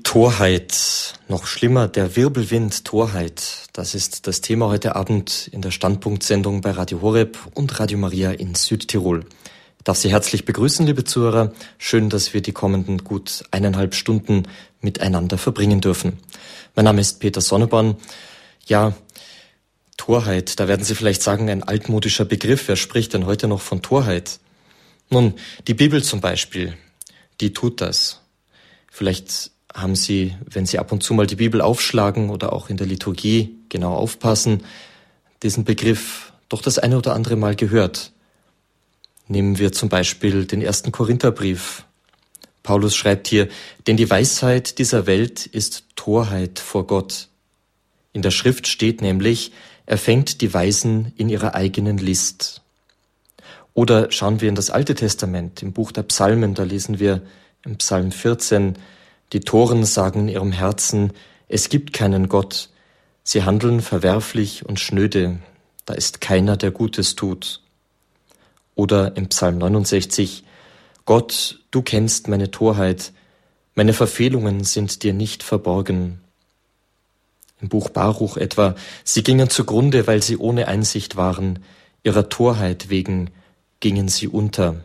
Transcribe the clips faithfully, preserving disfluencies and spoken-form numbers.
Torheit, noch schlimmer, der Wirbelwind Torheit. Das ist das Thema heute Abend in der Standpunktsendung bei Radio Horeb und Radio Maria in Südtirol. Ich darf Sie herzlich begrüßen, liebe Zuhörer. Schön, dass wir die kommenden gut eineinhalb Stunden miteinander verbringen dürfen. Mein Name ist Peter Sonneborn. Ja, Torheit, da werden Sie vielleicht sagen, ein altmodischer Begriff. Wer spricht denn heute noch von Torheit? Nun, die Bibel zum Beispiel, die tut das. Vielleicht haben Sie, wenn Sie ab und zu mal die Bibel aufschlagen oder auch in der Liturgie genau aufpassen, diesen Begriff doch das eine oder andere Mal gehört. Nehmen wir zum Beispiel den ersten Korintherbrief. Paulus schreibt hier, denn die Weisheit dieser Welt ist Torheit vor Gott. In der Schrift steht nämlich, er fängt die Weisen in ihrer eigenen List. Oder schauen wir in das Alte Testament, im Buch der Psalmen, da lesen wir im Psalm vierzehn, die Toren sagen in ihrem Herzen, es gibt keinen Gott. Sie handeln verwerflich und schnöde. Da ist keiner, der Gutes tut. Oder im Psalm neunundsechzig, Gott, du kennst meine Torheit. Meine Verfehlungen sind dir nicht verborgen. Im Buch Baruch etwa, sie gingen zugrunde, weil sie ohne Einsicht waren. Ihrer Torheit wegen gingen sie unter.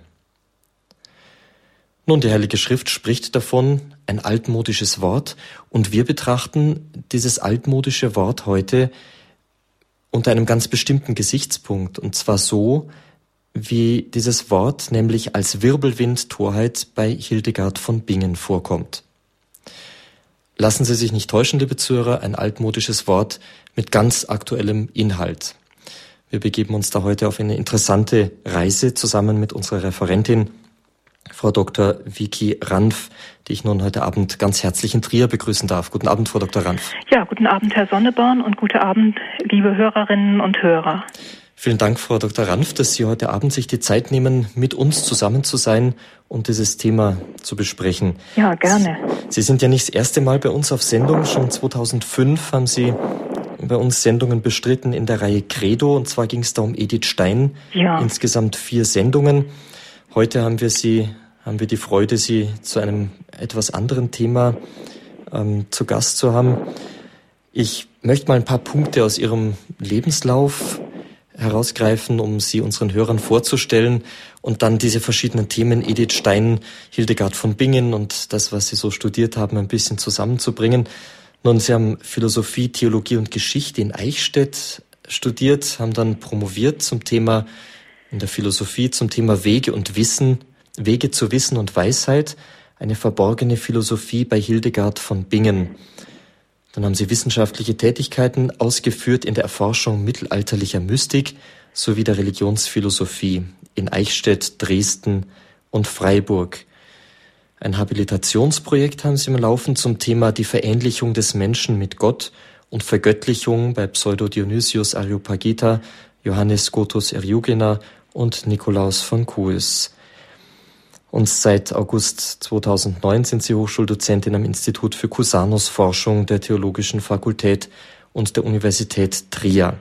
Nun, die Heilige Schrift spricht davon, ein altmodisches Wort, und wir betrachten dieses altmodische Wort heute unter einem ganz bestimmten Gesichtspunkt, und zwar so, wie dieses Wort nämlich als Wirbelwind Torheit bei Hildegard von Bingen vorkommt. Lassen Sie sich nicht täuschen, liebe Zuhörer, ein altmodisches Wort mit ganz aktuellem Inhalt. Wir begeben uns da heute auf eine interessante Reise zusammen mit unserer Referentin, Frau Doktor Vicky Ranf, die ich nun heute Abend ganz herzlich in Trier begrüßen darf. Guten Abend, Frau Doktor Ranf. Ja, guten Abend, Herr Sonneborn, und guten Abend, liebe Hörerinnen und Hörer. Vielen Dank, Frau Doktor Ranf, dass Sie heute Abend sich die Zeit nehmen, mit uns zusammen zu sein und dieses Thema zu besprechen. Ja, gerne. Sie sind ja nicht das erste Mal bei uns auf Sendung. Schon zweitausendfünf haben Sie bei uns Sendungen bestritten in der Reihe Credo, und zwar ging es da um Edith Stein. Ja. Insgesamt vier Sendungen. Heute haben wir Sie, haben wir die Freude, Sie zu einem etwas anderen Thema ähm, zu Gast zu haben. Ich möchte mal ein paar Punkte aus Ihrem Lebenslauf herausgreifen, um Sie unseren Hörern vorzustellen, und dann diese verschiedenen Themen Edith Stein, Hildegard von Bingen und das, was Sie so studiert haben, ein bisschen zusammenzubringen. Nun, Sie haben Philosophie, Theologie und Geschichte in Eichstätt studiert, haben dann promoviert zum Thema in der Philosophie zum Thema Wege und Wissen, Wege zu Wissen und Weisheit, eine verborgene Philosophie bei Hildegard von Bingen. Dann haben Sie wissenschaftliche Tätigkeiten ausgeführt in der Erforschung mittelalterlicher Mystik sowie der Religionsphilosophie in Eichstätt, Dresden und Freiburg. Ein Habilitationsprojekt haben Sie im Laufen zum Thema die Verähnlichung des Menschen mit Gott und Vergöttlichung bei Pseudo-Dionysius Areopagita, Johannes Scotus Eriugena und Nikolaus von Cues. Und seit August zweitausendneun sind Sie Hochschuldozentin am Institut für Cusanus-Forschung der Theologischen Fakultät und der Universität Trier.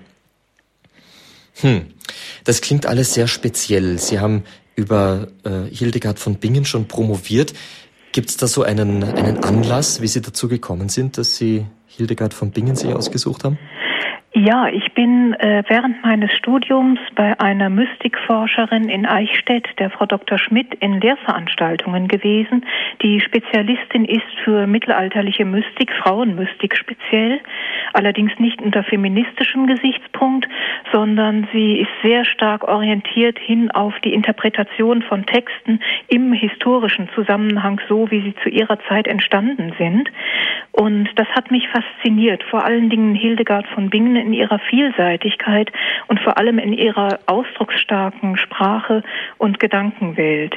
Hm, das klingt alles sehr speziell. Sie haben über äh, Hildegard von Bingen schon promoviert. Gibt es da so einen, einen Anlass, wie Sie dazu gekommen sind, dass Sie Hildegard von Bingen sich ausgesucht haben? Ja, ich bin äh, während meines Studiums bei einer Mystikforscherin in Eichstätt, der Frau Doktor Schmidt, in Lehrveranstaltungen gewesen, die Spezialistin ist für mittelalterliche Mystik, Frauenmystik speziell, allerdings nicht unter feministischem Gesichtspunkt, sondern sie ist sehr stark orientiert hin auf die Interpretation von Texten im historischen Zusammenhang, so wie sie zu ihrer Zeit entstanden sind. Und das hat mich fasziniert, vor allen Dingen Hildegard von Bingen in ihrer Vielseitigkeit und vor allem in ihrer ausdrucksstarken Sprache und Gedankenwelt.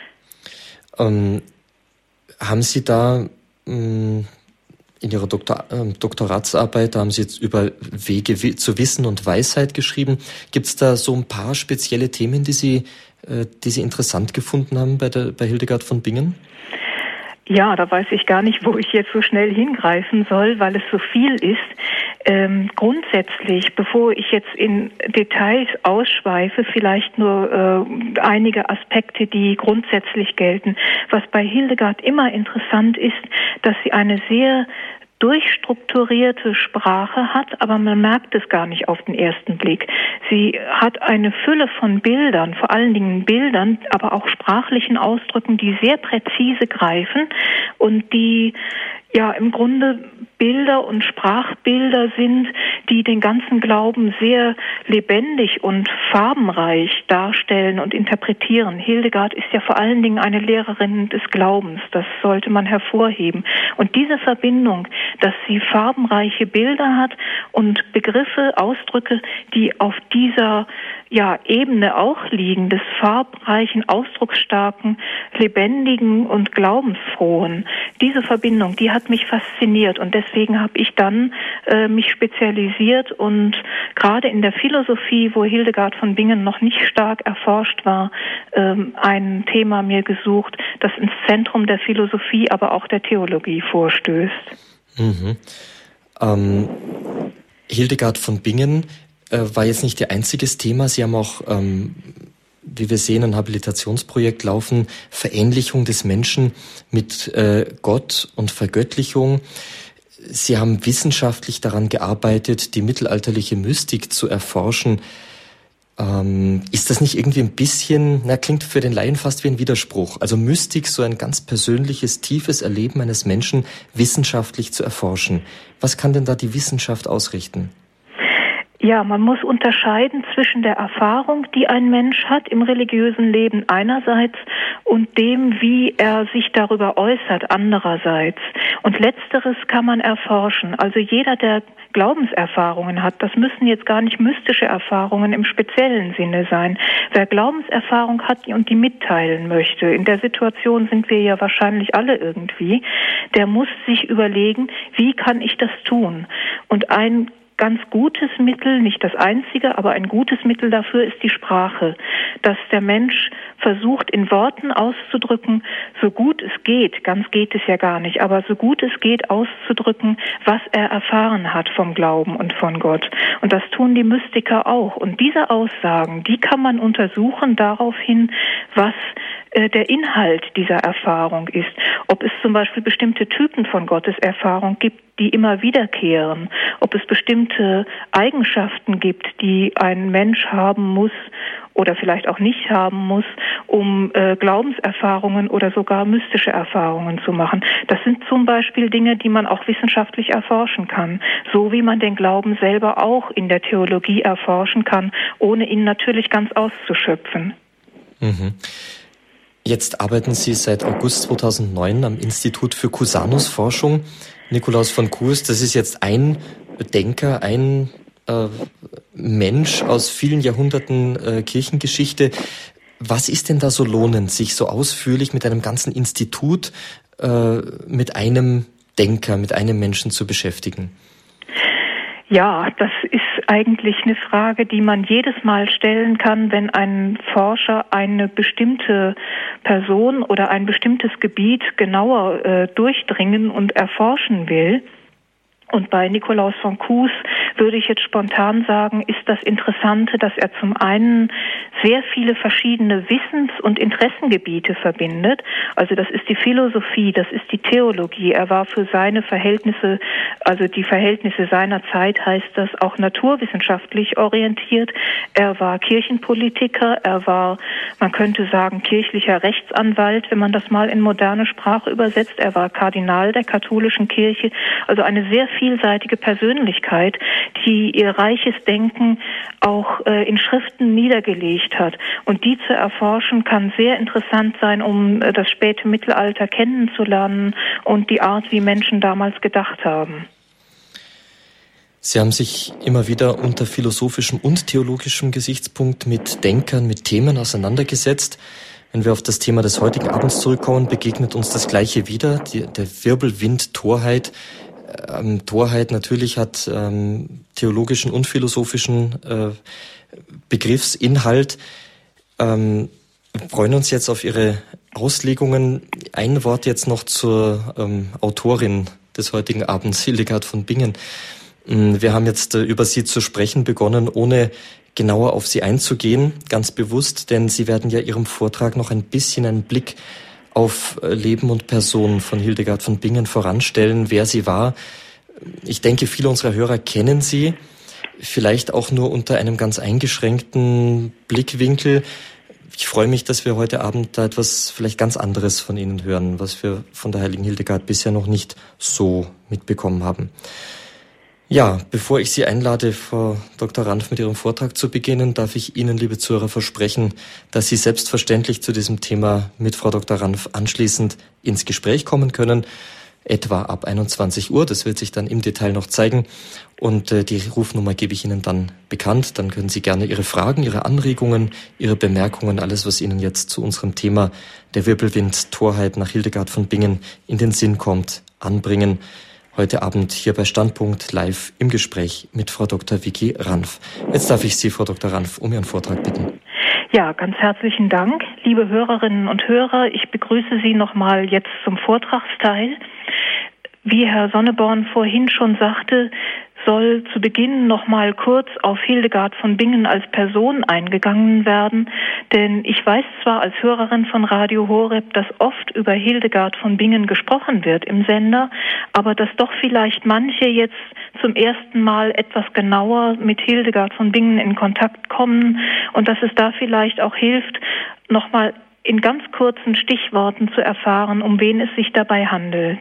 Ähm, haben Sie da ähm, in Ihrer Doktor, äh, Doktoratsarbeit, da haben Sie jetzt über Wege zu Wissen und Weisheit geschrieben. Gibt es da so ein paar spezielle Themen, die Sie, äh, die Sie interessant gefunden haben bei, der, bei Hildegard von Bingen? Ja, da weiß ich gar nicht, wo ich jetzt so schnell hingreifen soll, weil es so viel ist. Ähm, grundsätzlich, bevor ich jetzt in Details ausschweife, vielleicht nur äh, einige Aspekte, die grundsätzlich gelten. Was bei Hildegard immer interessant ist, dass sie eine sehr durchstrukturierte Sprache hat, aber man merkt es gar nicht auf den ersten Blick. Sie hat eine Fülle von Bildern, vor allen Dingen Bildern, aber auch sprachlichen Ausdrücken, die sehr präzise greifen und die ja im Grunde Bilder und Sprachbilder sind, die den ganzen Glauben sehr lebendig und farbenreich darstellen und interpretieren. Hildegard ist ja vor allen Dingen eine Lehrerin des Glaubens, das sollte man hervorheben. Und diese Verbindung, dass sie farbenreiche Bilder hat und Begriffe, Ausdrücke, die auf dieser ja, Ebene auch liegen, des farbreichen, ausdrucksstarken, lebendigen und glaubensfrohen. Diese Verbindung, die hat mich fasziniert und deswegen habe ich dann äh, mich spezialisiert und gerade in der Philosophie, wo Hildegard von Bingen noch nicht stark erforscht war, ähm, ein Thema mir gesucht, das ins Zentrum der Philosophie, aber auch der Theologie vorstößt. Mhm. Ähm, Hildegard von Bingen äh, war jetzt nicht ihr einziges Thema. Sie haben auch, ähm, wie wir sehen, ein Habilitationsprojekt laufen, Verähnlichung des Menschen mit äh, Gott und Vergöttlichung. Sie haben wissenschaftlich daran gearbeitet, die mittelalterliche Mystik zu erforschen. Ähm, ist das nicht irgendwie ein bisschen, na, klingt für den Laien fast wie ein Widerspruch? Also Mystik, so ein ganz persönliches, tiefes Erleben eines Menschen wissenschaftlich zu erforschen. Was kann denn da die Wissenschaft ausrichten? Ja, man muss unterscheiden zwischen der Erfahrung, die ein Mensch hat im religiösen Leben einerseits und dem, wie er sich darüber äußert andererseits. Und letzteres kann man erforschen. Also jeder, der Glaubenserfahrungen hat, das müssen jetzt gar nicht mystische Erfahrungen im speziellen Sinne sein. Wer Glaubenserfahrung hat und die mitteilen möchte, in der Situation sind wir ja wahrscheinlich alle irgendwie, der muss sich überlegen, wie kann ich das tun? Und ein ganz gutes Mittel, nicht das einzige, aber ein gutes Mittel dafür ist die Sprache, dass der Mensch versucht, in Worten auszudrücken, so gut es geht, ganz geht es ja gar nicht, aber so gut es geht auszudrücken, was er erfahren hat vom Glauben und von Gott. Und das tun die Mystiker auch. Und diese Aussagen, die kann man untersuchen daraufhin, was äh, der Inhalt dieser Erfahrung ist. Ob es zum Beispiel bestimmte Typen von Gotteserfahrung gibt, die immer wiederkehren, ob es bestimmte Eigenschaften gibt, die ein Mensch haben muss oder vielleicht auch nicht haben muss, um äh, Glaubenserfahrungen oder sogar mystische Erfahrungen zu machen. Das sind zum Beispiel Dinge, die man auch wissenschaftlich erforschen kann, so wie man den Glauben selber auch in der Theologie erforschen kann, ohne ihn natürlich ganz auszuschöpfen. Mhm. Jetzt arbeiten Sie seit August zweitausendneun am Institut für Cusanus-Forschung. Nikolaus von Kurs, das ist jetzt ein Denker, ein äh, Mensch aus vielen Jahrhunderten äh, Kirchengeschichte. Was ist denn da so lohnend, sich so ausführlich mit einem ganzen Institut, äh, mit einem Denker, mit einem Menschen zu beschäftigen? Ja, das ist eigentlich eine Frage, die man jedes Mal stellen kann, wenn ein Forscher eine bestimmte Person oder ein bestimmtes Gebiet genauer äh, durchdringen und erforschen will. Und bei Nikolaus von Kues würde ich jetzt spontan sagen, ist das Interessante, dass er zum einen sehr viele verschiedene Wissens- und Interessengebiete verbindet. Also das ist die Philosophie, das ist die Theologie. Er war für seine Verhältnisse, also die Verhältnisse seiner Zeit heißt das, auch naturwissenschaftlich orientiert. Er war Kirchenpolitiker, er war, man könnte sagen, kirchlicher Rechtsanwalt, wenn man das mal in moderne Sprache übersetzt. Er war Kardinal der katholischen Kirche, also eine sehr vielseitige Persönlichkeit, die ihr reiches Denken auch äh, in Schriften niedergelegt hat. Und die zu erforschen kann sehr interessant sein, um äh, das späte Mittelalter kennenzulernen und die Art, wie Menschen damals gedacht haben. Sie haben sich immer wieder unter philosophischem und theologischem Gesichtspunkt mit Denkern, mit Themen auseinandergesetzt. Wenn wir auf das Thema des heutigen Abends zurückkommen, begegnet uns das Gleiche wieder, die, der Wirbelwind Torheit. Ähm, Torheit natürlich hat ähm, theologischen und philosophischen äh, Begriffsinhalt. Ähm, Wir freuen uns jetzt auf Ihre Auslegungen. Ein Wort jetzt noch zur ähm, Autorin des heutigen Abends, Hildegard von Bingen. Wir haben jetzt äh, über sie zu sprechen begonnen, ohne genauer auf sie einzugehen, ganz bewusst, denn Sie werden ja Ihrem Vortrag noch ein bisschen einen Blick auf Leben und Person von Hildegard von Bingen voranstellen, wer sie war. Ich denke, viele unserer Hörer kennen sie, vielleicht auch nur unter einem ganz eingeschränkten Blickwinkel. Ich freue mich, dass wir heute Abend da etwas vielleicht ganz anderes von Ihnen hören, was wir von der heiligen Hildegard bisher noch nicht so mitbekommen haben. Ja, bevor ich Sie einlade, Frau Doktor Ranf, mit Ihrem Vortrag zu beginnen, darf ich Ihnen, liebe Zuhörer, versprechen, dass Sie selbstverständlich zu diesem Thema mit Frau Doktor Ranf anschließend ins Gespräch kommen können, etwa ab einundzwanzig Uhr. Das wird sich dann im Detail noch zeigen. Und äh, die Rufnummer gebe ich Ihnen dann bekannt. Dann können Sie gerne Ihre Fragen, Ihre Anregungen, Ihre Bemerkungen, alles, was Ihnen jetzt zu unserem Thema der Wirbelwind Torheit nach Hildegard von Bingen in den Sinn kommt, anbringen. Heute Abend hier bei Standpunkt live im Gespräch mit Frau Doktor Vicky Ranf. Jetzt darf ich Sie, Frau Doktor Ranf, um Ihren Vortrag bitten. Ja, ganz herzlichen Dank, liebe Hörerinnen und Hörer. Ich begrüße Sie nochmal jetzt zum Vortragsteil. Wie Herr Sonneborn vorhin schon sagte, soll zu Beginn noch mal kurz auf Hildegard von Bingen als Person eingegangen werden, denn ich weiß zwar als Hörerin von Radio Horeb, dass oft über Hildegard von Bingen gesprochen wird im Sender, aber dass doch vielleicht manche jetzt zum ersten Mal etwas genauer mit Hildegard von Bingen in Kontakt kommen und dass es da vielleicht auch hilft, noch mal in ganz kurzen Stichworten zu erfahren, um wen es sich dabei handelt.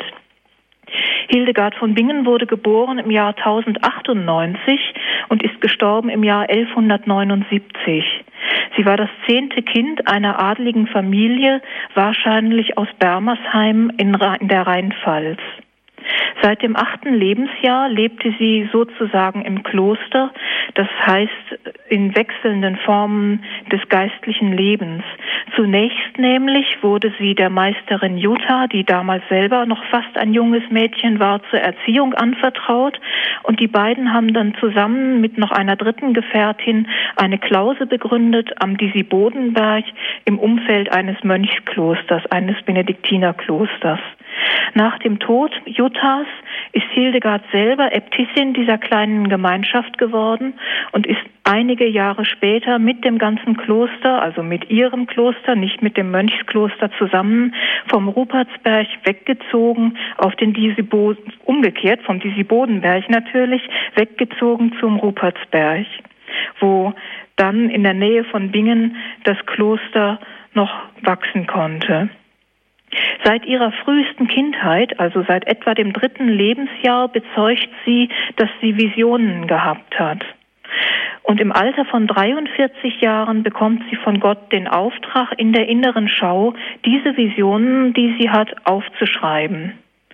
Hildegard von Bingen wurde geboren im Jahr tausendachtundneunzig und ist gestorben im Jahr elfhundertneunundsiebzig. Sie war das zehnte Kind einer adligen Familie, wahrscheinlich aus Bermersheim in der Rheinpfalz. Seit dem achten Lebensjahr lebte sie sozusagen im Kloster, das heißt in wechselnden Formen des geistlichen Lebens. Zunächst nämlich wurde sie der Meisterin Jutta, die damals selber noch fast ein junges Mädchen war, zur Erziehung anvertraut, und die beiden haben dann zusammen mit noch einer dritten Gefährtin eine Klause begründet am Disibodenberg im Umfeld eines Mönchsklosters, eines Benediktinerklosters. Nach dem Tod Juttas ist Hildegard selber Äbtissin dieser kleinen Gemeinschaft geworden und ist einige Jahre später mit dem ganzen Kloster, also mit ihrem Kloster, nicht mit dem Mönchskloster zusammen, vom Rupertsberg weggezogen auf den Disiboden, umgekehrt vom Disibodenberg natürlich, weggezogen zum Rupertsberg, wo dann in der Nähe von Bingen das Kloster noch wachsen konnte. Seit ihrer frühesten Kindheit, also seit etwa dem dritten Lebensjahr, bezeugt sie, dass sie Visionen gehabt hat. Und im Alter von dreiundvierzig Jahren bekommt sie von Gott den Auftrag, in der inneren Schau diese Visionen, die sie hat, aufzuschreiben.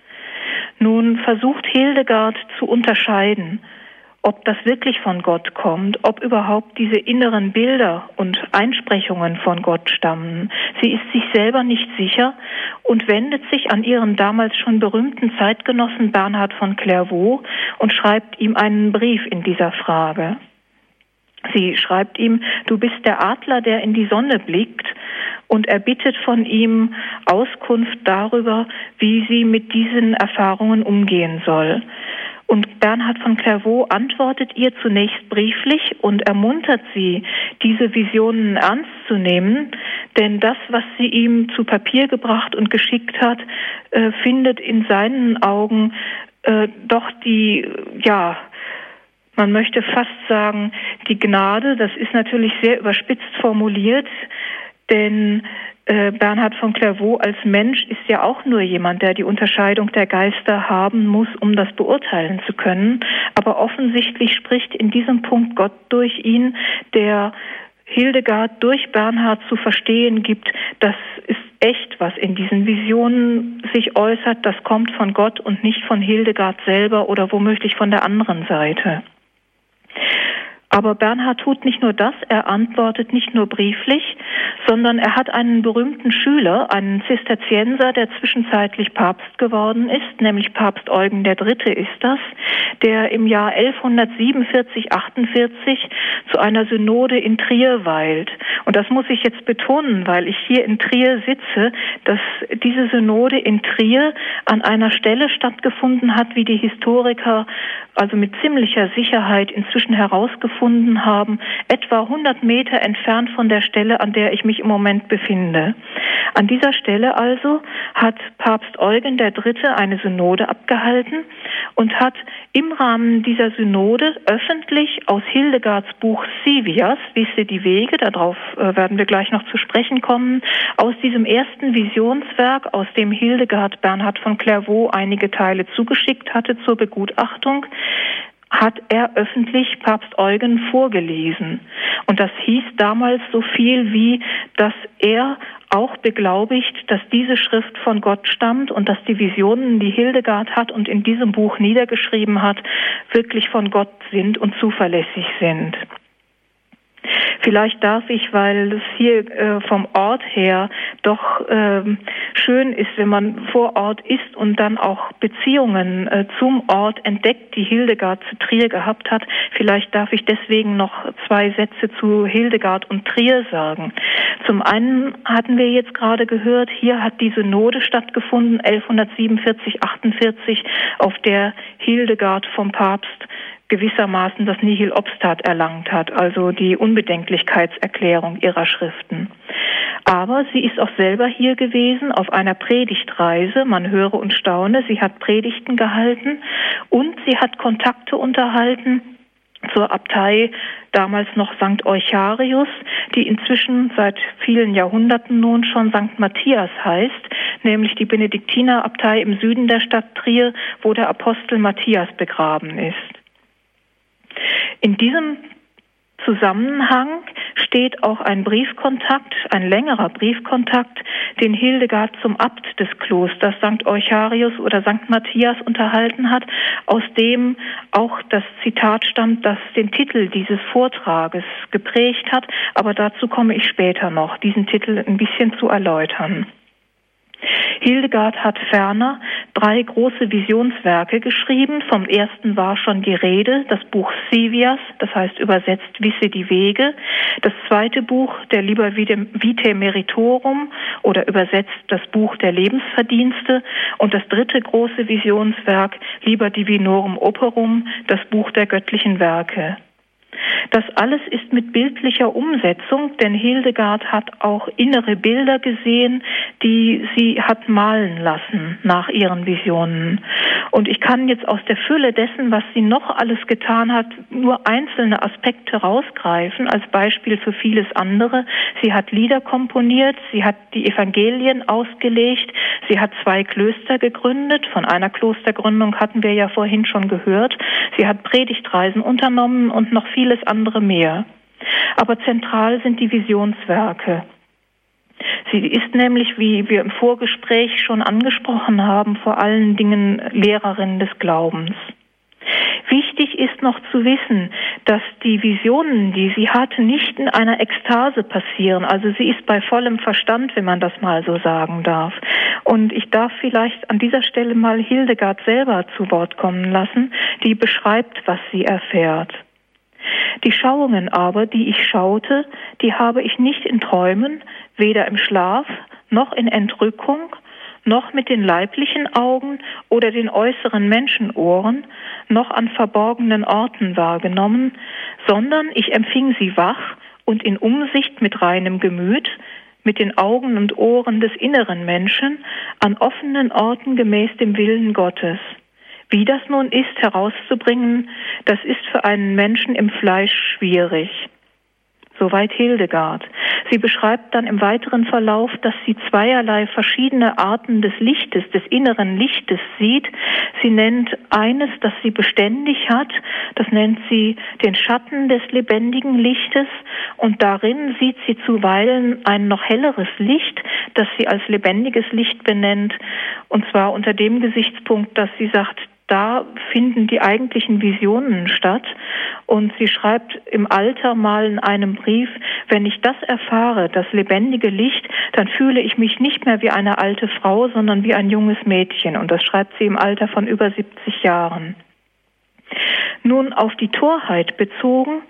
Nun versucht Hildegard zu unterscheiden, ob das wirklich von Gott kommt, ob überhaupt diese inneren Bilder und Einsprechungen von Gott stammen. Sie ist sich selber nicht sicher und wendet sich an ihren damals schon berühmten Zeitgenossen Bernhard von Clairvaux und schreibt ihm einen Brief in dieser Frage. Sie schreibt ihm: Du bist der Adler, der in die Sonne blickt, und er bittet von ihm Auskunft darüber, wie sie mit diesen Erfahrungen umgehen soll. Und Bernhard von Clairvaux antwortet ihr zunächst brieflich und ermuntert sie, diese Visionen ernst zu nehmen, denn das, was sie ihm zu Papier gebracht und geschickt hat, äh, findet in seinen Augen äh, doch die, ja, man möchte fast sagen, die Gnade. Das ist natürlich sehr überspitzt formuliert, denn äh, Bernhard von Clairvaux als Mensch ist ja auch nur jemand, der die Unterscheidung der Geister haben muss, um das beurteilen zu können. Aber offensichtlich spricht in diesem Punkt Gott durch ihn, der Hildegard durch Bernhard zu verstehen gibt, das ist echt, was in diesen Visionen sich äußert, das kommt von Gott und nicht von Hildegard selber oder womöglich von der anderen Seite. Aber Bernhard tut nicht nur das, er antwortet nicht nur brieflich, sondern er hat einen berühmten Schüler, einen Zisterzienser, der zwischenzeitlich Papst geworden ist, nämlich Papst Eugen der Dritte ist das, der im Jahr elfhundertsiebenundvierzig, achtundvierzig zu einer Synode in Trier weilt. Und das muss ich jetzt betonen, weil ich hier in Trier sitze, dass diese Synode in Trier an einer Stelle stattgefunden hat, wie die Historiker also mit ziemlicher Sicherheit inzwischen herausgefunden haben, etwa hundert Meter entfernt von der Stelle, an der ich mich im Moment befinde. An dieser Stelle also hat Papst Eugen der Dritte eine Synode abgehalten und hat im Rahmen dieser Synode öffentlich aus Hildegards Buch Scivias, Wisse die Wege, darauf äh, werden wir gleich noch zu sprechen kommen, aus diesem ersten Visionswerk, aus dem Hildegard Bernhard von Clairvaux einige Teile zugeschickt hatte zur Begutachtung, hat er öffentlich Papst Eugen vorgelesen. Und das hieß damals so viel wie, dass er auch beglaubigt, dass diese Schrift von Gott stammt und dass die Visionen, die Hildegard hat und in diesem Buch niedergeschrieben hat, wirklich von Gott sind und zuverlässig sind. Vielleicht darf ich, weil es hier äh, vom Ort her doch äh, schön ist, wenn man vor Ort ist und dann auch Beziehungen äh, zum Ort entdeckt, die Hildegard zu Trier gehabt hat. Vielleicht darf ich deswegen noch zwei Sätze zu Hildegard und Trier sagen. Zum einen hatten wir jetzt gerade gehört, hier hat die Synode stattgefunden, elfhundertsiebenundvierzig, achtundvierzig, auf der Hildegard vom Papst gewissermaßen das Nihil obstat erlangt hat, also die Unbedenklichkeitserklärung ihrer Schriften. Aber sie ist auch selber hier gewesen auf einer Predigtreise, man höre und staune, sie hat Predigten gehalten und sie hat Kontakte unterhalten zur Abtei, damals noch Sankt Eucharius, die inzwischen seit vielen Jahrhunderten nun schon Sankt Matthias heißt, nämlich die Benediktinerabtei im Süden der Stadt Trier, wo der Apostel Matthias begraben ist. In diesem Zusammenhang steht auch ein Briefkontakt, ein längerer Briefkontakt, den Hildegard zum Abt des Klosters Sankt Eucharius oder Sankt Matthias unterhalten hat, aus dem auch das Zitat stammt, das den Titel dieses Vortrages geprägt hat, aber dazu komme ich später noch, diesen Titel ein bisschen zu erläutern. Hildegard hat ferner drei große Visionswerke geschrieben. Vom ersten war schon die Rede, das Buch Scivias, das heißt übersetzt Wisse die Wege. Das zweite Buch, der Liber Vitae Meritorum oder übersetzt das Buch der Lebensverdienste. Und das dritte große Visionswerk, Liber Divinorum Operum, das Buch der göttlichen Werke. Das alles ist mit bildlicher Umsetzung, denn Hildegard hat auch innere Bilder gesehen, die sie hat malen lassen nach ihren Visionen. Und ich kann jetzt aus der Fülle dessen, was sie noch alles getan hat, nur einzelne Aspekte rausgreifen, als Beispiel für vieles andere. Sie hat Lieder komponiert, sie hat die Evangelien ausgelegt, sie hat zwei Klöster gegründet. Von einer Klostergründung hatten wir ja vorhin schon gehört. Sie hat Predigtreisen unternommen und noch vieles andere mehr. Aber zentral sind die Visionswerke. Sie ist nämlich, wie wir im Vorgespräch schon angesprochen haben, vor allen Dingen Lehrerin des Glaubens. Wichtig ist noch zu wissen, dass die Visionen, die sie hat, nicht in einer Ekstase passieren. Also sie ist bei vollem Verstand, wenn man das mal so sagen darf. Und ich darf vielleicht an dieser Stelle mal Hildegard selber zu Wort kommen lassen, die beschreibt, was sie erfährt. Die Schauungen aber, die ich schaute, die habe ich nicht in Träumen, weder im Schlaf, noch in Entrückung, noch mit den leiblichen Augen oder den äußeren Menschenohren, noch an verborgenen Orten wahrgenommen, sondern ich empfing sie wach und in Umsicht mit reinem Gemüt, mit den Augen und Ohren des inneren Menschen, an offenen Orten gemäß dem Willen Gottes. Wie das nun ist, herauszubringen, das ist für einen Menschen im Fleisch schwierig. Soweit Hildegard. Sie beschreibt dann im weiteren Verlauf, dass sie zweierlei verschiedene Arten des Lichtes, des inneren Lichtes sieht. Sie nennt eines, das sie beständig hat, das nennt sie den Schatten des lebendigen Lichtes, und darin sieht sie zuweilen ein noch helleres Licht, das sie als lebendiges Licht benennt, und zwar unter dem Gesichtspunkt, dass sie sagt, da finden die eigentlichen Visionen statt. Und sie schreibt im Alter mal in einem Brief: Wenn ich das erfahre, das lebendige Licht, dann fühle ich mich nicht mehr wie eine alte Frau, sondern wie ein junges Mädchen. Und das schreibt sie im Alter von über siebzig Jahren. Nun, auf die Torheit bezogen,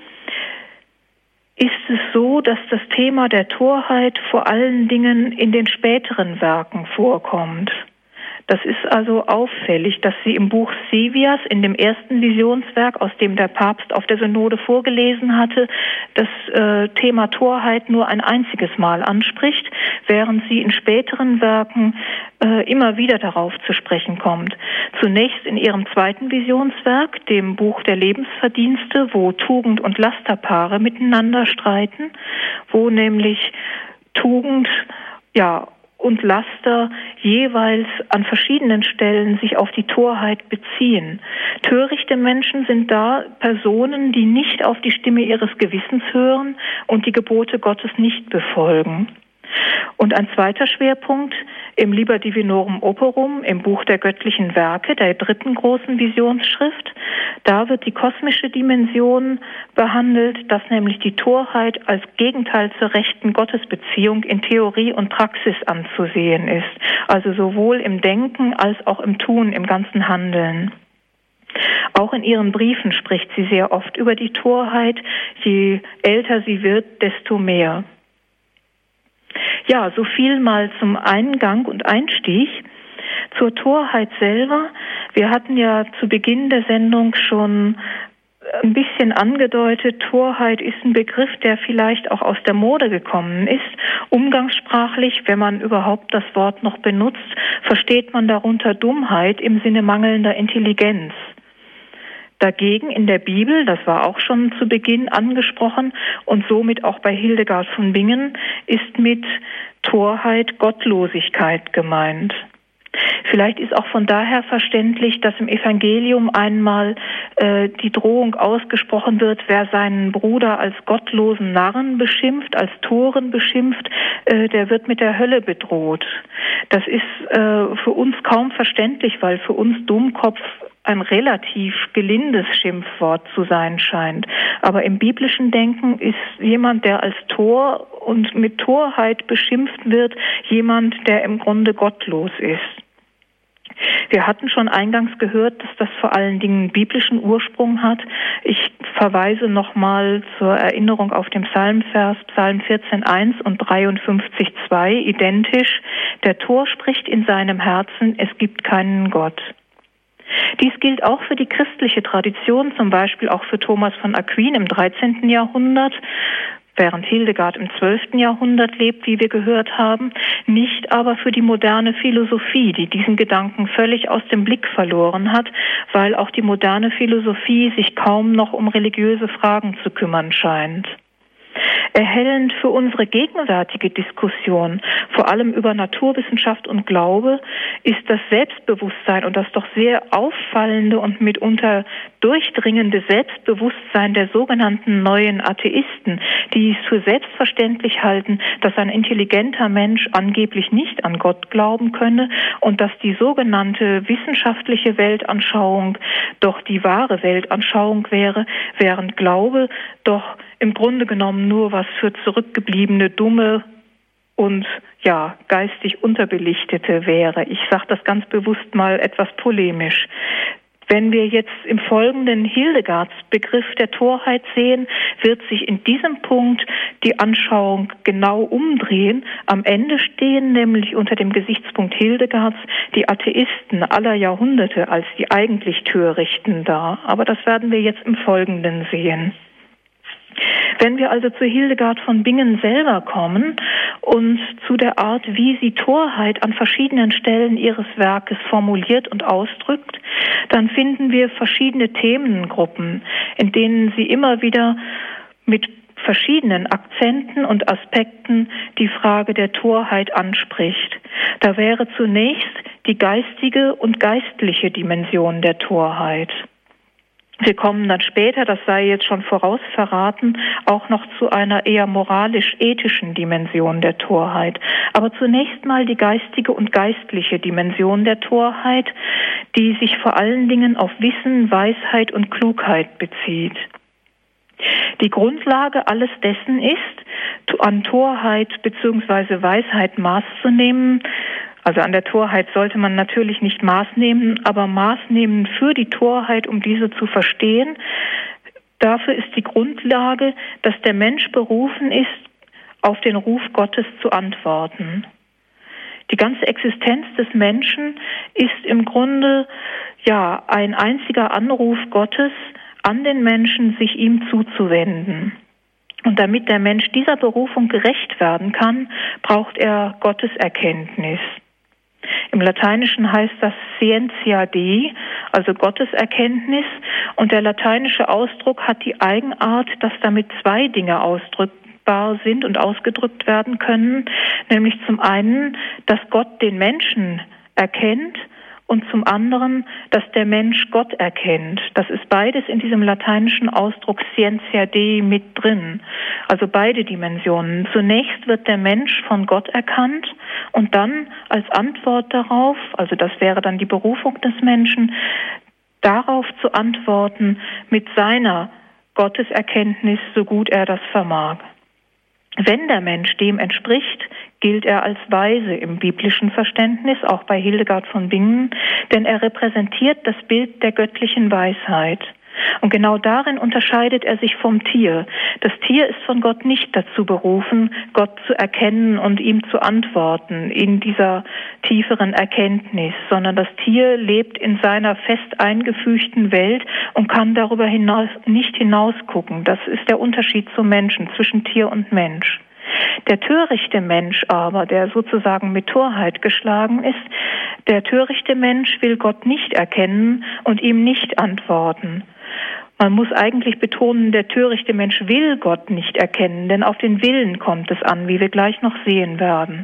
ist es so, dass das Thema der Torheit vor allen Dingen in den späteren Werken vorkommt. Das ist also auffällig, dass sie im Buch Sevias, in dem ersten Visionswerk, aus dem der Papst auf der Synode vorgelesen hatte, das äh, Thema Torheit nur ein einziges Mal anspricht, während sie in späteren Werken äh, immer wieder darauf zu sprechen kommt. Zunächst in ihrem zweiten Visionswerk, dem Buch der Lebensverdienste, wo Tugend- und Lasterpaare miteinander streiten, wo nämlich Tugend, ja, und Laster jeweils an verschiedenen Stellen sich auf die Torheit beziehen. Törichte Menschen sind da Personen, die nicht auf die Stimme ihres Gewissens hören und die Gebote Gottes nicht befolgen. Und ein zweiter Schwerpunkt im Liber Divinorum Operum, im Buch der göttlichen Werke, der dritten großen Visionsschrift, da wird die kosmische Dimension behandelt, dass nämlich die Torheit als Gegenteil zur rechten Gottesbeziehung in Theorie und Praxis anzusehen ist. Also sowohl im Denken als auch im Tun, im ganzen Handeln. Auch in ihren Briefen spricht sie sehr oft über die Torheit. Je älter sie wird, desto mehr. Ja, so viel mal zum Eingang und Einstieg. Zur Torheit selber. Wir hatten ja zu Beginn der Sendung schon ein bisschen angedeutet, Torheit ist ein Begriff, der vielleicht auch aus der Mode gekommen ist. Umgangssprachlich, wenn man überhaupt das Wort noch benutzt, versteht man darunter Dummheit im Sinne mangelnder Intelligenz. Dagegen in der Bibel, das war auch schon zu Beginn angesprochen und somit auch bei Hildegard von Bingen, ist mit Torheit Gottlosigkeit gemeint. Vielleicht ist auch von daher verständlich, dass im Evangelium einmal äh, die Drohung ausgesprochen wird, wer seinen Bruder als gottlosen Narren beschimpft, als Toren beschimpft, äh, der wird mit der Hölle bedroht. Das ist äh, für uns kaum verständlich, weil für uns Dummkopf ein relativ gelindes Schimpfwort zu sein scheint. Aber im biblischen Denken ist jemand, der als Tor und mit Torheit beschimpft wird, jemand, der im Grunde gottlos ist. Wir hatten schon eingangs gehört, dass das vor allen Dingen biblischen Ursprung hat. Ich verweise nochmal zur Erinnerung auf den Psalmvers, Psalm vierzehn eins und dreiundfünfzig zwei, identisch. Der Tor spricht in seinem Herzen, es gibt keinen Gott. Dies gilt auch für die christliche Tradition, zum Beispiel auch für Thomas von Aquin im dreizehnten Jahrhundert, während Hildegard im zwölften Jahrhundert lebt, wie wir gehört haben, nicht aber für die moderne Philosophie, die diesen Gedanken völlig aus dem Blick verloren hat, weil auch die moderne Philosophie sich kaum noch um religiöse Fragen zu kümmern scheint. Erhellend für unsere gegenwärtige Diskussion, vor allem über Naturwissenschaft und Glaube, ist das Selbstbewusstsein und das doch sehr auffallende und mitunter durchdringende Selbstbewusstsein der sogenannten neuen Atheisten, die es für selbstverständlich halten, dass ein intelligenter Mensch angeblich nicht an Gott glauben könne und dass die sogenannte wissenschaftliche Weltanschauung doch die wahre Weltanschauung wäre, während Glaube doch im Grunde genommen nur was für zurückgebliebene, dumme und ja, geistig Unterbelichtete wäre. Ich sage das ganz bewusst mal etwas polemisch. Wenn wir jetzt im Folgenden Hildegards Begriff der Torheit sehen, wird sich in diesem Punkt die Anschauung genau umdrehen. Am Ende stehen nämlich unter dem Gesichtspunkt Hildegards die Atheisten aller Jahrhunderte als die eigentlich Törichten da. Aber das werden wir jetzt im Folgenden sehen. Wenn wir also zu Hildegard von Bingen selber kommen und zu der Art, wie sie Torheit an verschiedenen Stellen ihres Werkes formuliert und ausdrückt, dann finden wir verschiedene Themengruppen, in denen sie immer wieder mit verschiedenen Akzenten und Aspekten die Frage der Torheit anspricht. Da wäre zunächst die geistige und geistliche Dimension der Torheit. Wir kommen dann später, das sei jetzt schon vorausverraten, auch noch zu einer eher moralisch-ethischen Dimension der Torheit. Aber zunächst mal die geistige und geistliche Dimension der Torheit, die sich vor allen Dingen auf Wissen, Weisheit und Klugheit bezieht. Die Grundlage alles dessen ist, an Torheit bzw. Weisheit Maß zu nehmen. Also an der Torheit sollte man natürlich nicht Maß nehmen, aber Maß nehmen für die Torheit, um diese zu verstehen. Dafür ist die Grundlage, dass der Mensch berufen ist, auf den Ruf Gottes zu antworten. Die ganze Existenz des Menschen ist im Grunde ja ein einziger Anruf Gottes an den Menschen, sich ihm zuzuwenden. Und damit der Mensch dieser Berufung gerecht werden kann, braucht er Gottes Erkenntnis. Im Lateinischen heißt das Scientia Dei, also Gotteserkenntnis, und der lateinische Ausdruck hat die Eigenart, dass damit zwei Dinge ausdrückbar sind und ausgedrückt werden können, nämlich zum einen, dass Gott den Menschen erkennt, und zum anderen, dass der Mensch Gott erkennt. Das ist beides in diesem lateinischen Ausdruck Scientia Dei mit drin. Also beide Dimensionen. Zunächst wird der Mensch von Gott erkannt und dann als Antwort darauf, also das wäre dann die Berufung des Menschen, darauf zu antworten mit seiner Gotteserkenntnis, so gut er das vermag. Wenn der Mensch dem entspricht, gilt er als weise im biblischen Verständnis, auch bei Hildegard von Bingen, denn er repräsentiert das Bild der göttlichen Weisheit. Und genau darin unterscheidet er sich vom Tier. Das Tier ist von Gott nicht dazu berufen, Gott zu erkennen und ihm zu antworten in dieser tieferen Erkenntnis, sondern das Tier lebt in seiner fest eingefügten Welt und kann darüber hinaus nicht hinausgucken. Das ist der Unterschied zum Menschen, zwischen Tier und Mensch. Der törichte Mensch aber, der sozusagen mit Torheit geschlagen ist, der törichte Mensch will Gott nicht erkennen und ihm nicht antworten. Man muss eigentlich betonen, der törichte Mensch will Gott nicht erkennen, denn auf den Willen kommt es an, wie wir gleich noch sehen werden.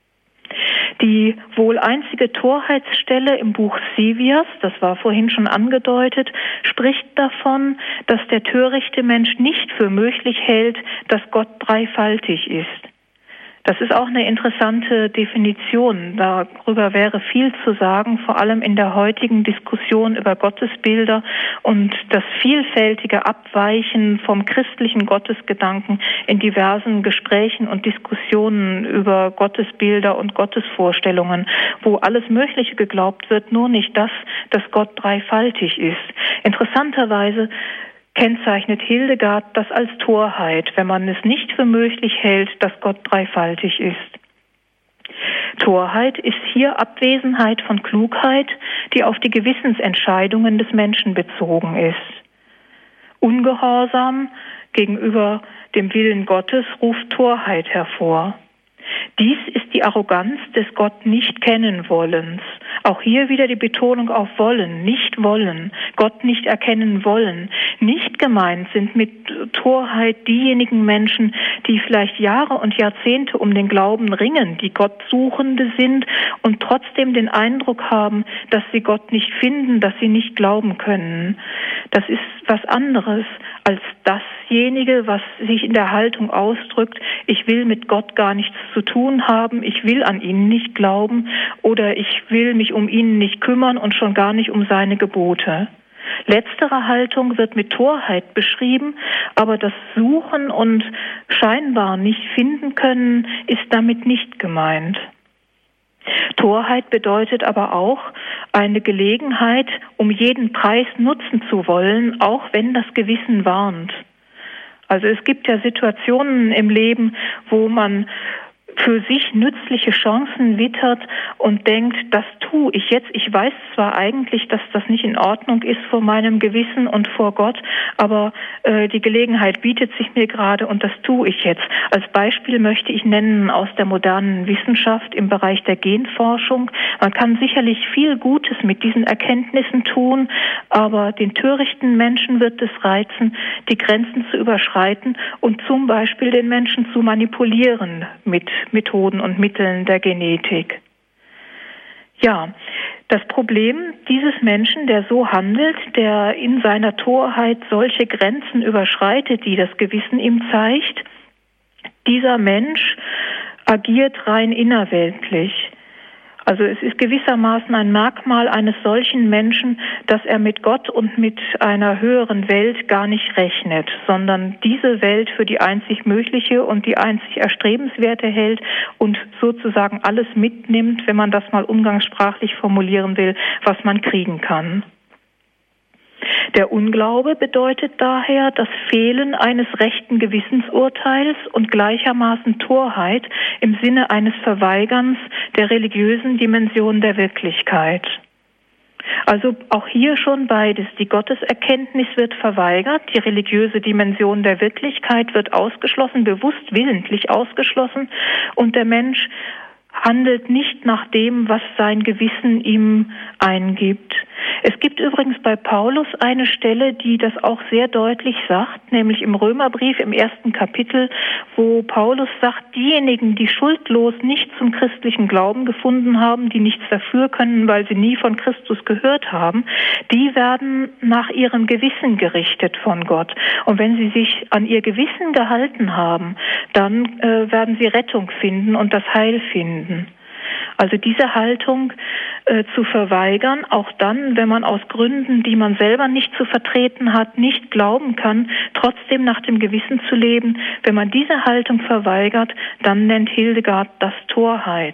Die wohl einzige Torheitsstelle im Buch Sivias, das war vorhin schon angedeutet, spricht davon, dass der törichte Mensch nicht für möglich hält, dass Gott dreifaltig ist. Das ist auch eine interessante Definition. Darüber wäre viel zu sagen, vor allem in der heutigen Diskussion über Gottesbilder und das vielfältige Abweichen vom christlichen Gottesgedanken in diversen Gesprächen und Diskussionen über Gottesbilder und Gottesvorstellungen, wo alles Mögliche geglaubt wird, nur nicht das, dass Gott dreifaltig ist. Interessanterweise kennzeichnet Hildegard das als Torheit, wenn man es nicht für möglich hält, dass Gott dreifaltig ist. Torheit ist hier Abwesenheit von Klugheit, die auf die Gewissensentscheidungen des Menschen bezogen ist. Ungehorsam gegenüber dem Willen Gottes ruft Torheit hervor. Dies ist die Arroganz des Gott nicht kennen Wollens. Auch hier wieder die Betonung auf wollen, nicht wollen, Gott nicht erkennen wollen. Nicht gemeint sind mit Torheit diejenigen Menschen, die vielleicht Jahre und Jahrzehnte um den Glauben ringen, die Gottsuchende sind und trotzdem den Eindruck haben, dass sie Gott nicht finden, dass sie nicht glauben können. Das ist was anderes als dasjenige, was sich in der Haltung ausdrückt, ich will mit Gott gar nichts zu tun haben, ich will an ihn nicht glauben oder ich will mich um ihn nicht kümmern und schon gar nicht um seine Gebote. Letztere Haltung wird mit Torheit beschrieben, aber das Suchen und scheinbar nicht finden können ist damit nicht gemeint. Torheit bedeutet aber auch eine Gelegenheit, um jeden Preis nutzen zu wollen, auch wenn das Gewissen warnt. Also es gibt ja Situationen im Leben, wo man für sich nützliche Chancen wittert und denkt, das tue ich jetzt. Ich weiß zwar eigentlich, dass das nicht in Ordnung ist vor meinem Gewissen und vor Gott, aber äh, die Gelegenheit bietet sich mir gerade und das tue ich jetzt. Als Beispiel möchte ich nennen aus der modernen Wissenschaft im Bereich der Genforschung. Man kann sicherlich viel Gutes mit diesen Erkenntnissen tun, aber den törichten Menschen wird es reizen, die Grenzen zu überschreiten und zum Beispiel den Menschen zu manipulieren mit Methoden und Mitteln der Genetik. Ja, das Problem dieses Menschen, der so handelt, der in seiner Torheit solche Grenzen überschreitet, die das Gewissen ihm zeigt, dieser Mensch agiert rein innerweltlich. Also es ist gewissermaßen ein Merkmal eines solchen Menschen, dass er mit Gott und mit einer höheren Welt gar nicht rechnet, sondern diese Welt für die einzig mögliche und die einzig erstrebenswerte hält und sozusagen alles mitnimmt, wenn man das mal umgangssprachlich formulieren will, was man kriegen kann. Der Unglaube bedeutet daher das Fehlen eines rechten Gewissensurteils und gleichermaßen Torheit im Sinne eines Verweigerns der religiösen Dimension der Wirklichkeit. Also auch hier schon beides. Die Gotteserkenntnis wird verweigert, die religiöse Dimension der Wirklichkeit wird ausgeschlossen, bewusst willentlich ausgeschlossen, und der Mensch handelt nicht nach dem, was sein Gewissen ihm eingibt. Es gibt übrigens bei Paulus eine Stelle, die das auch sehr deutlich sagt, nämlich im Römerbrief im ersten Kapitel, wo Paulus sagt, diejenigen, die schuldlos nicht zum christlichen Glauben gefunden haben, die nichts dafür können, weil sie nie von Christus gehört haben, die werden nach ihrem Gewissen gerichtet von Gott. Und wenn sie sich an ihr Gewissen gehalten haben, dann äh, werden sie Rettung finden und das Heil finden. Also diese Haltung äh, zu verweigern, auch dann, wenn man aus Gründen, die man selber nicht zu vertreten hat, nicht glauben kann, trotzdem nach dem Gewissen zu leben, wenn man diese Haltung verweigert, dann nennt Hildegard das Torheit.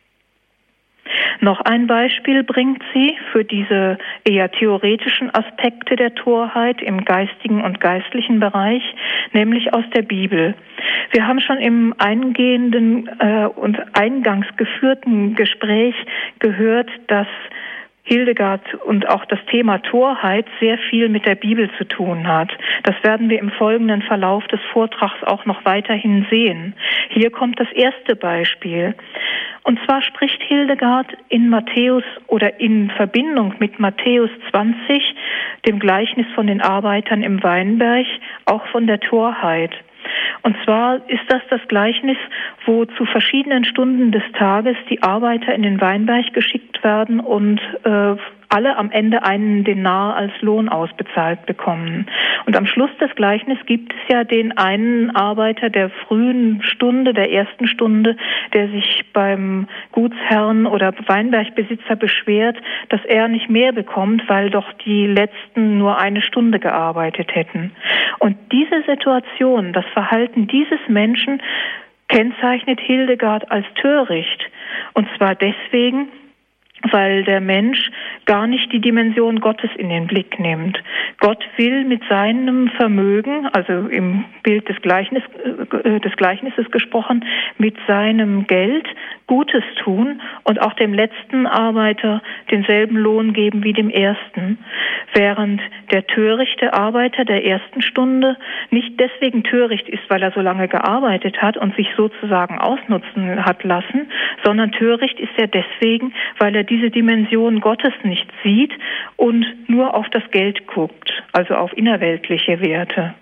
Noch ein Beispiel bringt sie für diese eher theoretischen Aspekte der Torheit im geistigen und geistlichen Bereich, nämlich aus der Bibel. Wir haben schon im eingehenden äh, und eingangs geführten Gespräch gehört, dass Hildegard und auch das Thema Torheit sehr viel mit der Bibel zu tun hat. Das werden wir im folgenden Verlauf des Vortrags auch noch weiterhin sehen. Hier kommt das erste Beispiel. Und zwar spricht Hildegard in Matthäus oder in Verbindung mit Matthäus zwanzig, dem Gleichnis von den Arbeitern im Weinberg, auch von der Torheit. Und zwar ist das das Gleichnis, wo zu verschiedenen Stunden des Tages die Arbeiter in den Weinberg geschickt werden und äh, alle am Ende einen Denar als Lohn ausbezahlt bekommen. Und am Schluss des Gleichnisses gibt es ja den einen Arbeiter der frühen Stunde, der ersten Stunde, der sich beim Gutsherrn oder Weinbergbesitzer beschwert, dass er nicht mehr bekommt, weil doch die Letzten nur eine Stunde gearbeitet hätten. Und diese Situation, das Verhalten dieses Menschen kennzeichnet Hildegard als töricht. Und zwar deswegen, weil der Mensch gar nicht die Dimension Gottes in den Blick nimmt. Gott will mit seinem Vermögen, also im Bild des, Gleichnis, äh, des Gleichnisses gesprochen, mit seinem Geld Gutes tun und auch dem letzten Arbeiter denselben Lohn geben wie dem ersten, während der törichte Arbeiter der ersten Stunde nicht deswegen töricht ist, weil er so lange gearbeitet hat und sich sozusagen ausnutzen hat lassen, sondern töricht ist er deswegen, weil er diese Dimension Gottes nicht sieht und nur auf das Geld guckt, also auf innerweltliche Werte.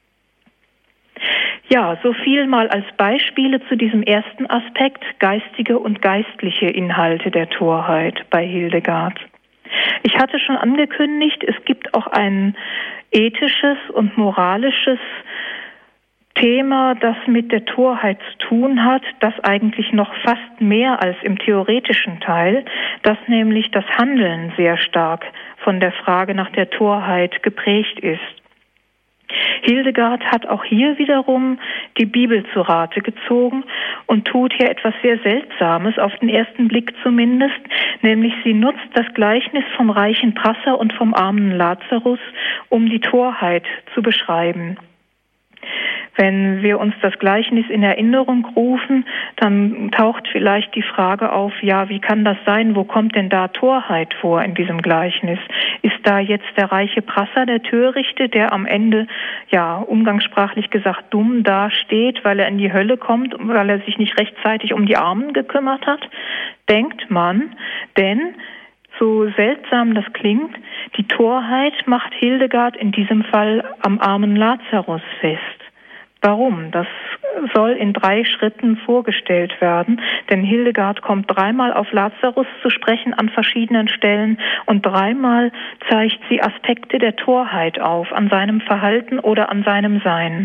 Ja, so viel mal als Beispiele zu diesem ersten Aspekt, geistige und geistliche Inhalte der Torheit bei Hildegard. Ich hatte schon angekündigt, es gibt auch ein ethisches und moralisches Thema, das mit der Torheit zu tun hat, das eigentlich noch fast mehr als im theoretischen Teil, dass nämlich das Handeln sehr stark von der Frage nach der Torheit geprägt ist. Hildegard hat auch hier wiederum die Bibel zu Rate gezogen und tut hier etwas sehr Seltsames, auf den ersten Blick zumindest, nämlich sie nutzt das Gleichnis vom reichen Prasser und vom armen Lazarus, um die Torheit zu beschreiben. Wenn wir uns das Gleichnis in Erinnerung rufen, dann taucht vielleicht die Frage auf, ja, wie kann das sein? Wo kommt denn da Torheit vor in diesem Gleichnis? Ist da jetzt der reiche Prasser, der Törichte, der am Ende, ja, umgangssprachlich gesagt, dumm dasteht, weil er in die Hölle kommt, weil er sich nicht rechtzeitig um die Armen gekümmert hat? Denkt man, denn so seltsam das klingt, die Torheit macht Hildegard in diesem Fall am armen Lazarus fest. Warum? Das soll in drei Schritten vorgestellt werden, denn Hildegard kommt dreimal auf Lazarus zu sprechen an verschiedenen Stellen und dreimal zeigt sie Aspekte der Torheit auf, an seinem Verhalten oder an seinem Sein.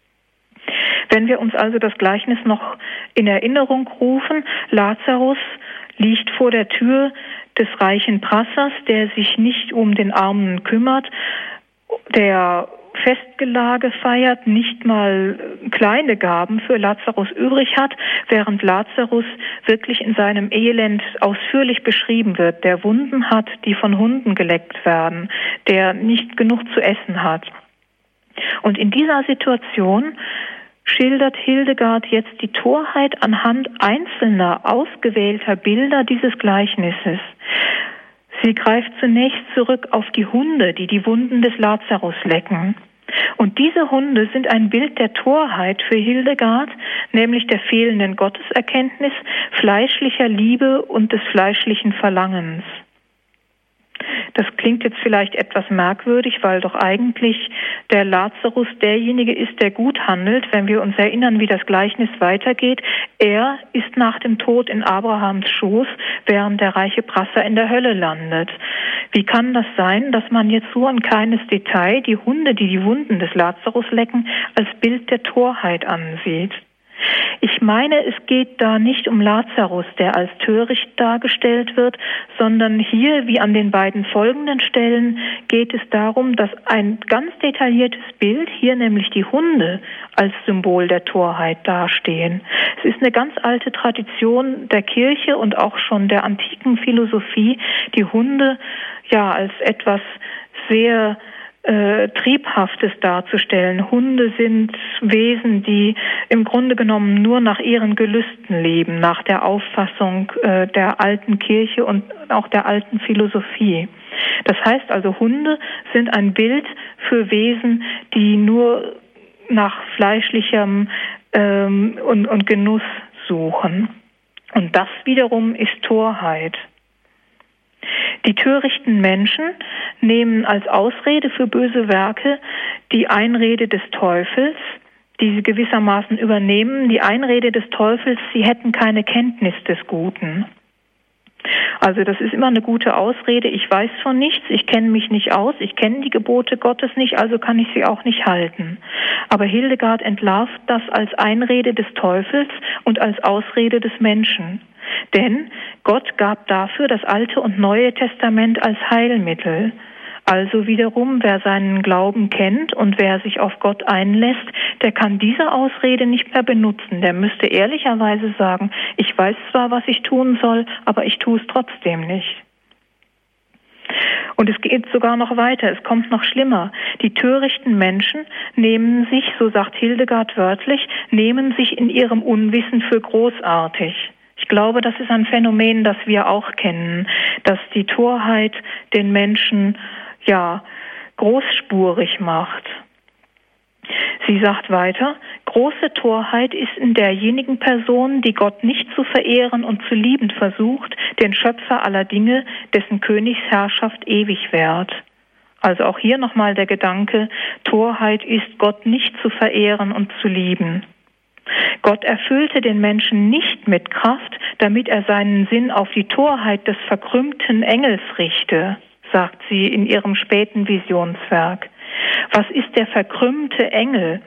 Wenn wir uns also das Gleichnis noch in Erinnerung rufen, Lazarus liegt vor der Tür des reichen Prassers, der sich nicht um den Armen kümmert, der Festgelage feiert, nicht mal kleine Gaben für Lazarus übrig hat, während Lazarus wirklich in seinem Elend ausführlich beschrieben wird, der Wunden hat, die von Hunden geleckt werden, der nicht genug zu essen hat. Und in dieser Situation schildert Hildegard jetzt die Torheit anhand einzelner, ausgewählter Bilder dieses Gleichnisses. Sie greift zunächst zurück auf die Hunde, die die Wunden des Lazarus lecken. Und diese Hunde sind ein Bild der Torheit für Hildegard, nämlich der fehlenden Gotteserkenntnis, fleischlicher Liebe und des fleischlichen Verlangens. Das klingt jetzt vielleicht etwas merkwürdig, weil doch eigentlich der Lazarus derjenige ist, der gut handelt. Wenn wir uns erinnern, wie das Gleichnis weitergeht, er ist nach dem Tod in Abrahams Schoß, während der reiche Prasser in der Hölle landet. Wie kann das sein, dass man jetzt so ein kleines Detail, die Hunde, die die Wunden des Lazarus lecken, als Bild der Torheit ansieht? Ich meine, es geht da nicht um Lazarus, der als töricht dargestellt wird, sondern hier, wie an den beiden folgenden Stellen, geht es darum, dass ein ganz detailliertes Bild, hier nämlich die Hunde, als Symbol der Torheit dastehen. Es ist eine ganz alte Tradition der Kirche und auch schon der antiken Philosophie, die Hunde ja als etwas sehr Äh, Triebhaftes darzustellen. Hunde sind Wesen, die im Grunde genommen nur nach ihren Gelüsten leben, nach der Auffassung äh, der alten Kirche und auch der alten Philosophie. Das heißt also, Hunde sind ein Bild für Wesen, die nur nach fleischlichem ähm, und, und Genuss suchen. Und das wiederum ist Torheit. Die törichten Menschen nehmen als Ausrede für böse Werke die Einrede des Teufels, die sie gewissermaßen übernehmen, die Einrede des Teufels, sie hätten keine Kenntnis des Guten. Also das ist immer eine gute Ausrede, ich weiß von nichts, ich kenne mich nicht aus, ich kenne die Gebote Gottes nicht, also kann ich sie auch nicht halten. Aber Hildegard entlarvt das als Einrede des Teufels und als Ausrede des Menschen. Denn Gott gab dafür das Alte und Neue Testament als Heilmittel. Also wiederum, wer seinen Glauben kennt und wer sich auf Gott einlässt, der kann diese Ausrede nicht mehr benutzen. Der müsste ehrlicherweise sagen, ich weiß zwar, was ich tun soll, aber ich tue es trotzdem nicht. Und es geht sogar noch weiter, es kommt noch schlimmer. Die törichten Menschen nehmen sich, so sagt Hildegard wörtlich, nehmen sich in ihrem Unwissen für großartig. Ich glaube, das ist ein Phänomen, das wir auch kennen, dass die Torheit den Menschen ja großspurig macht. Sie sagt weiter, große Torheit ist in derjenigen Person, die Gott nicht zu verehren und zu lieben versucht, den Schöpfer aller Dinge, dessen Königsherrschaft ewig währt. Also auch hier nochmal der Gedanke, Torheit ist, Gott nicht zu verehren und zu lieben. Gott erfüllte den Menschen nicht mit Kraft, damit er seinen Sinn auf die Torheit des verkrümmten Engels richte, sagt sie in ihrem späten Visionswerk. Was ist der verkrümmte Engel?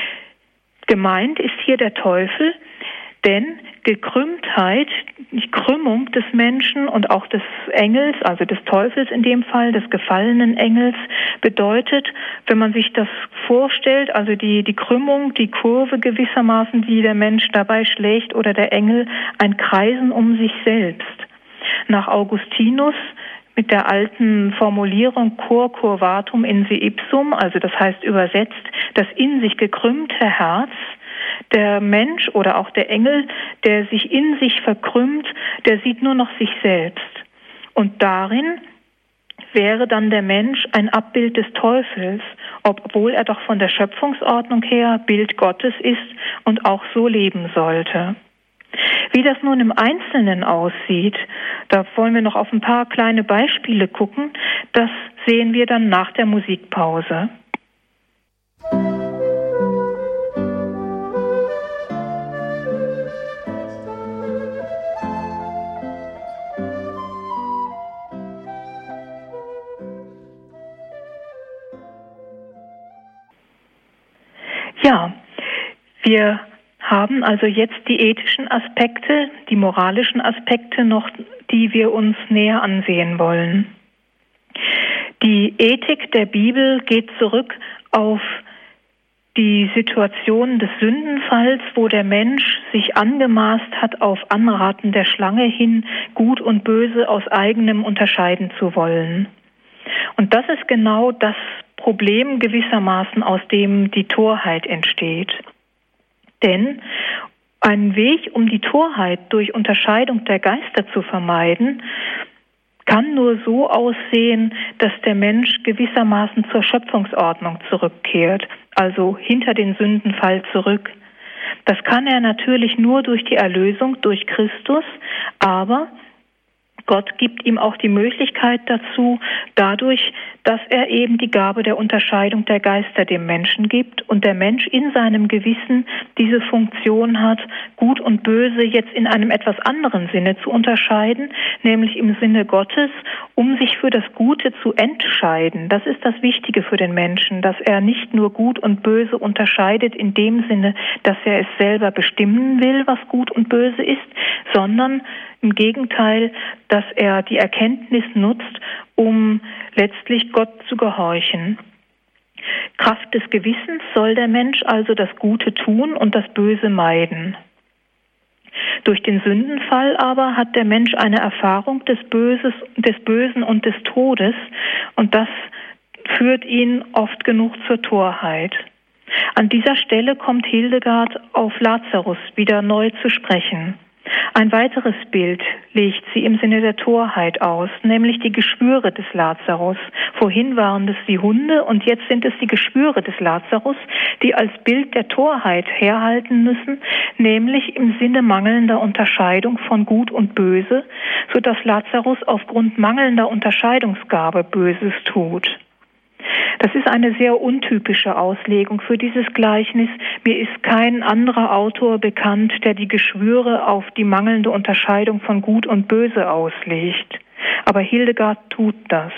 Gemeint ist hier der Teufel, denn Gekrümmtheit, die Krümmung des Menschen und auch des Engels, also des Teufels in dem Fall, des gefallenen Engels, bedeutet, wenn man sich das vorstellt, also die, die Krümmung, die Kurve gewissermaßen, die der Mensch dabei schlägt oder der Engel, ein Kreisen um sich selbst. Nach Augustinus mit der alten Formulierung cor curvatum in se ipsum, also das heißt übersetzt, das in sich gekrümmte Herz, der Mensch oder auch der Engel, der sich in sich verkrümmt, der sieht nur noch sich selbst. Und darin wäre dann der Mensch ein Abbild des Teufels, obwohl er doch von der Schöpfungsordnung her Bild Gottes ist und auch so leben sollte. Wie das nun im Einzelnen aussieht, da wollen wir noch auf ein paar kleine Beispiele gucken, das sehen wir dann nach der Musikpause. Ja, wir haben also jetzt die ethischen Aspekte, die moralischen Aspekte noch, die wir uns näher ansehen wollen. Die Ethik der Bibel geht zurück auf die Situation des Sündenfalls, wo der Mensch sich angemaßt hat, auf Anraten der Schlange hin Gut und Böse aus eigenem unterscheiden zu wollen. Und das ist genau das Problem gewissermaßen, aus dem die Torheit entsteht. Denn ein Weg, um die Torheit durch Unterscheidung der Geister zu vermeiden, kann nur so aussehen, dass der Mensch gewissermaßen zur Schöpfungsordnung zurückkehrt, also hinter den Sündenfall zurück. Das kann er natürlich nur durch die Erlösung, durch Christus, aber Gott gibt ihm auch die Möglichkeit dazu, dadurch, dass er eben die Gabe der Unterscheidung der Geister dem Menschen gibt und der Mensch in seinem Gewissen diese Funktion hat, Gut und Böse jetzt in einem etwas anderen Sinne zu unterscheiden, nämlich im Sinne Gottes, um sich für das Gute zu entscheiden. Das ist das Wichtige für den Menschen, dass er nicht nur Gut und Böse unterscheidet in dem Sinne, dass er es selber bestimmen will, was Gut und Böse ist, sondern im Gegenteil, dass er die Erkenntnis nutzt, um letztlich Gott zu gehorchen. Kraft des Gewissens soll der Mensch also das Gute tun und das Böse meiden. Durch den Sündenfall aber hat der Mensch eine Erfahrung des Böses, des Bösen und des Todes, und das führt ihn oft genug zur Torheit. An dieser Stelle kommt Hildegard auf Lazarus wieder neu zu sprechen. Ein weiteres Bild legt sie im Sinne der Torheit aus, nämlich die Geschwüre des Lazarus. Vorhin waren es die Hunde und jetzt sind es die Geschwüre des Lazarus, die als Bild der Torheit herhalten müssen, nämlich im Sinne mangelnder Unterscheidung von Gut und Böse, sodass Lazarus aufgrund mangelnder Unterscheidungsgabe Böses tut. Das ist eine sehr untypische Auslegung für dieses Gleichnis. Mir ist kein anderer Autor bekannt, der die Geschwüre auf die mangelnde Unterscheidung von Gut und Böse auslegt. Aber Hildegard tut das.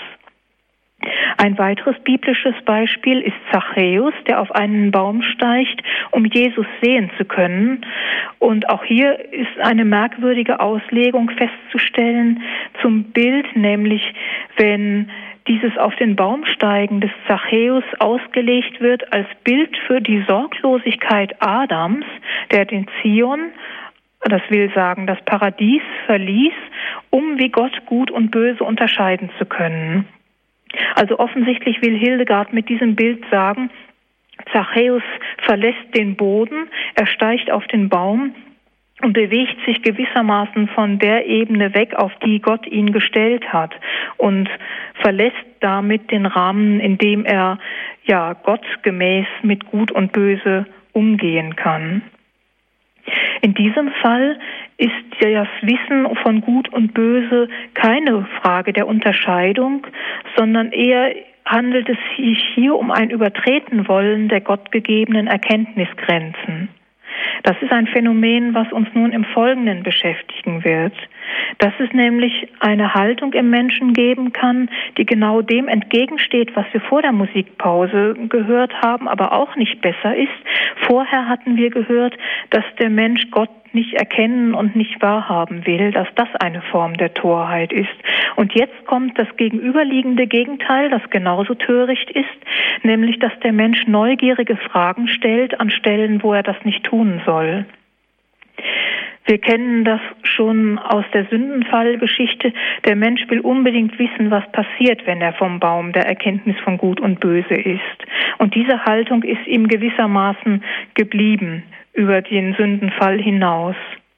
Ein weiteres biblisches Beispiel ist Zachäus, der auf einen Baum steigt, um Jesus sehen zu können. Und auch hier ist eine merkwürdige Auslegung festzustellen zum Bild, nämlich wenn dieses auf den Baum steigen des Zachäus ausgelegt wird als Bild für die Sorglosigkeit Adams, der den Zion, das will sagen das Paradies, verließ, um wie Gott Gut und Böse unterscheiden zu können. Also offensichtlich will Hildegard mit diesem Bild sagen, Zachäus verlässt den Boden, er steigt auf den Baum und bewegt sich gewissermaßen von der Ebene weg, auf die Gott ihn gestellt hat, und verlässt damit den Rahmen, in dem er ja gottgemäß mit Gut und Böse umgehen kann. In diesem Fall ist das Wissen von Gut und Böse keine Frage der Unterscheidung, sondern eher handelt es sich hier um ein Übertretenwollen der gottgegebenen Erkenntnisgrenzen. Das ist ein Phänomen, was uns nun im Folgenden beschäftigen wird. Dass es nämlich eine Haltung im Menschen geben kann, die genau dem entgegensteht, was wir vor der Musikpause gehört haben, aber auch nicht besser ist. Vorher hatten wir gehört, dass der Mensch Gott nicht erkennen und nicht wahrhaben will, dass das eine Form der Torheit ist. Und jetzt kommt das gegenüberliegende Gegenteil, das genauso töricht ist, nämlich dass der Mensch neugierige Fragen stellt an Stellen, wo er das nicht tun soll. Wir kennen das schon aus der Sündenfallgeschichte. Der Mensch will unbedingt wissen, was passiert, wenn er vom Baum der Erkenntnis von Gut und Böse isst. Und diese Haltung ist ihm gewissermaßen geblieben über den Sündenfall hinaus.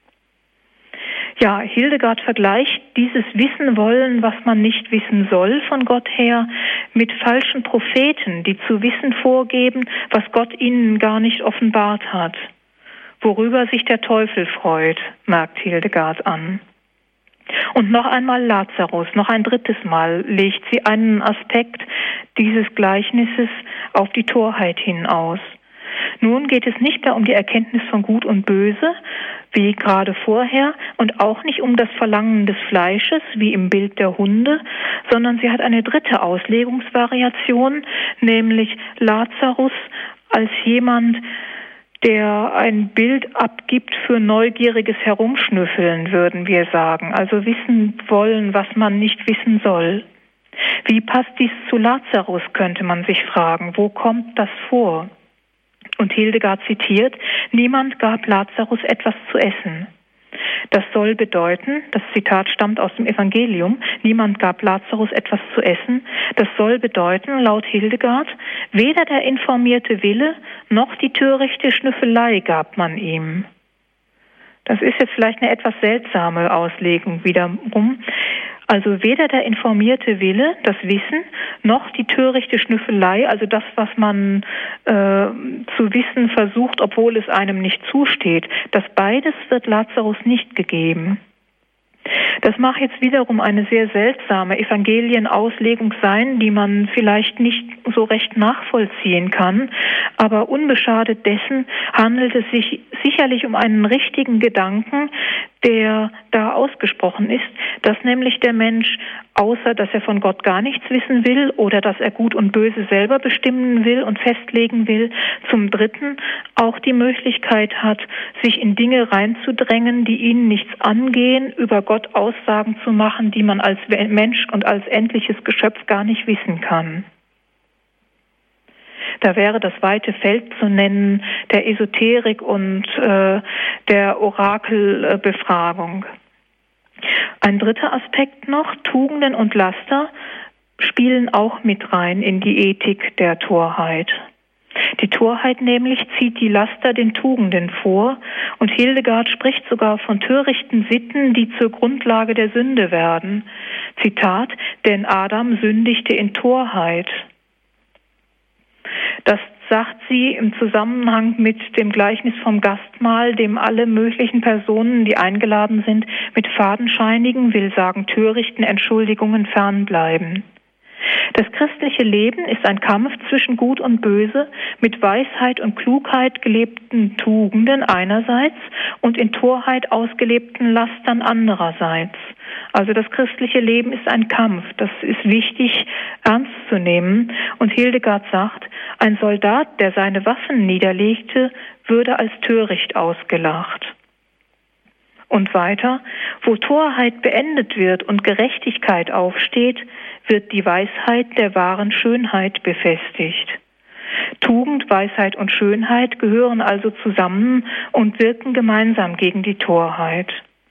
Ja, Hildegard vergleicht dieses Wissen wollen, was man nicht wissen soll von Gott her, mit falschen Propheten, die zu wissen vorgeben, was Gott ihnen gar nicht offenbart hat. Worüber sich der Teufel freut, merkt Hildegard an. Und noch einmal Lazarus, noch ein drittes Mal legt sie einen Aspekt dieses Gleichnisses auf die Torheit hin aus. Nun geht es nicht mehr um die Erkenntnis von Gut und Böse, wie gerade vorher, und auch nicht um das Verlangen des Fleisches, wie im Bild der Hunde, sondern sie hat eine dritte Auslegungsvariation, nämlich Lazarus als jemand, der ein Bild abgibt für neugieriges Herumschnüffeln, würden wir sagen. Also wissen wollen, was man nicht wissen soll. Wie passt dies zu Lazarus, könnte man sich fragen. Wo kommt das vor? Und Hildegard zitiert, niemand gab Lazarus etwas zu essen. Das soll bedeuten, das Zitat stammt aus dem Evangelium, niemand gab Lazarus etwas zu essen. Das soll bedeuten, laut Hildegard, weder der informierte Wille noch die törichte Schnüffelei gab man ihm. Das ist jetzt vielleicht eine etwas seltsame Auslegung wiederum. Also weder der informierte Wille, das Wissen, noch die törichte Schnüffelei, also das, was man äh, zu wissen versucht, obwohl es einem nicht zusteht, das beides wird Lazarus nicht gegeben. Das mag jetzt wiederum eine sehr seltsame Evangelienauslegung sein, die man vielleicht nicht so recht nachvollziehen kann, aber unbeschadet dessen handelt es sich sicherlich um einen richtigen Gedanken, der da ausgesprochen ist, dass nämlich der Mensch, außer dass er von Gott gar nichts wissen will oder dass er Gut und Böse selber bestimmen will und festlegen will, zum Dritten auch die Möglichkeit hat, sich in Dinge reinzudrängen, die ihn nichts angehen, über Gott Aussagen zu machen, die man als Mensch und als endliches Geschöpf gar nicht wissen kann. Da wäre das weite Feld zu nennen der Esoterik und äh, der Orakelbefragung. Ein dritter Aspekt noch, Tugenden und Laster spielen auch mit rein in die Ethik der Torheit. Die Torheit nämlich zieht die Laster den Tugenden vor und Hildegard spricht sogar von törichten Sitten, die zur Grundlage der Sünde werden. Zitat, denn Adam sündigte in Torheit. Das sagt sie im Zusammenhang mit dem Gleichnis vom Gastmahl, dem alle möglichen Personen, die eingeladen sind, mit fadenscheinigen, will sagen törichten Entschuldigungen fernbleiben. Das christliche Leben ist ein Kampf zwischen Gut und Böse, mit Weisheit und Klugheit gelebten Tugenden einerseits und in Torheit ausgelebten Lastern andererseits. Also das christliche Leben ist ein Kampf, das ist wichtig ernst zu nehmen. Und Hildegard sagt, ein Soldat, der seine Waffen niederlegte, würde als töricht ausgelacht. Und weiter, wo Torheit beendet wird und Gerechtigkeit aufsteht, wird die Weisheit der wahren Schönheit befestigt. Tugend, Weisheit und Schönheit gehören also zusammen und wirken gemeinsam gegen die Torheit.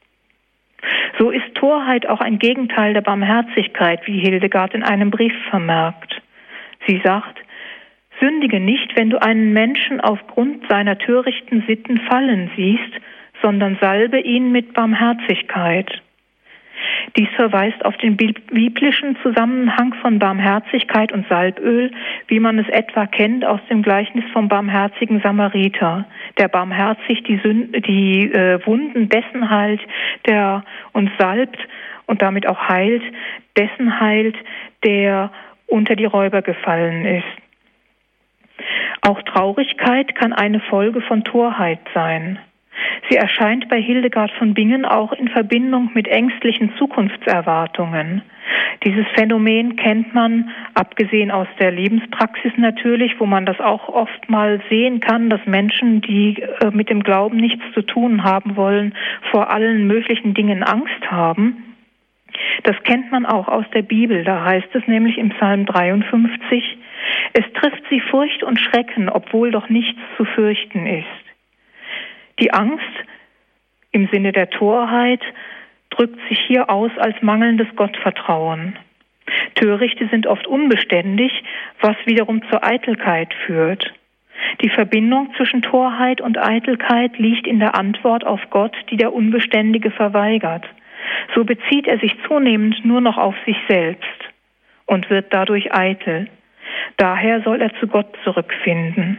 So ist Torheit auch ein Gegenteil der Barmherzigkeit, wie Hildegard in einem Brief vermerkt. Sie sagt, sündige nicht, wenn du einen Menschen aufgrund seiner törichten Sitten fallen siehst, sondern salbe ihn mit Barmherzigkeit. Dies verweist auf den biblischen Zusammenhang von Barmherzigkeit und Salböl, wie man es etwa kennt aus dem Gleichnis vom barmherzigen Samariter, der barmherzig die, Sünde, die äh, Wunden dessen heilt, der uns salbt und damit auch heilt, dessen heilt, der unter die Räuber gefallen ist. Auch Traurigkeit kann eine Folge von Torheit sein. Sie erscheint bei Hildegard von Bingen auch in Verbindung mit ängstlichen Zukunftserwartungen. Dieses Phänomen kennt man, abgesehen aus der Lebenspraxis natürlich, wo man das auch oft mal sehen kann, dass Menschen, die äh, mit dem Glauben nichts zu tun haben wollen, vor allen möglichen Dingen Angst haben. Das kennt man auch aus der Bibel, da heißt es nämlich im Psalm dreiundfünfzig, es trifft sie Furcht und Schrecken, obwohl doch nichts zu fürchten ist. Die Angst im Sinne der Torheit drückt sich hier aus als mangelndes Gottvertrauen. Törichte sind oft unbeständig, was wiederum zur Eitelkeit führt. Die Verbindung zwischen Torheit und Eitelkeit liegt in der Antwort auf Gott, die der Unbeständige verweigert. So bezieht er sich zunehmend nur noch auf sich selbst und wird dadurch eitel. Daher soll er zu Gott zurückfinden.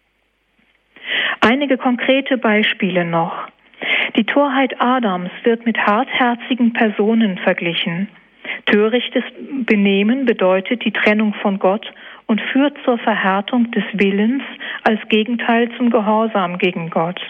Einige konkrete Beispiele noch. Die Torheit Adams wird mit hartherzigen Personen verglichen. Törichtes Benehmen bedeutet die Trennung von Gott und führt zur Verhärtung des Willens als Gegenteil zum Gehorsam gegen Gott.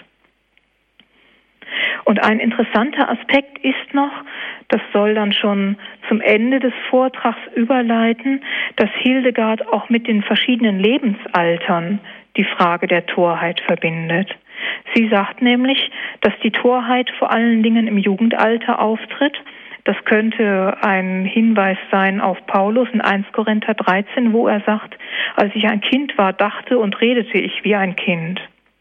Und ein interessanter Aspekt ist noch, das soll dann schon zum Ende des Vortrags überleiten, dass Hildegard auch mit den verschiedenen Lebensaltern die Frage der Torheit verbindet. Sie sagt nämlich, dass die Torheit vor allen Dingen im Jugendalter auftritt. Das könnte ein Hinweis sein auf Paulus in erster Korinther dreizehn, wo er sagt, als ich ein Kind war, dachte und redete ich wie ein Kind.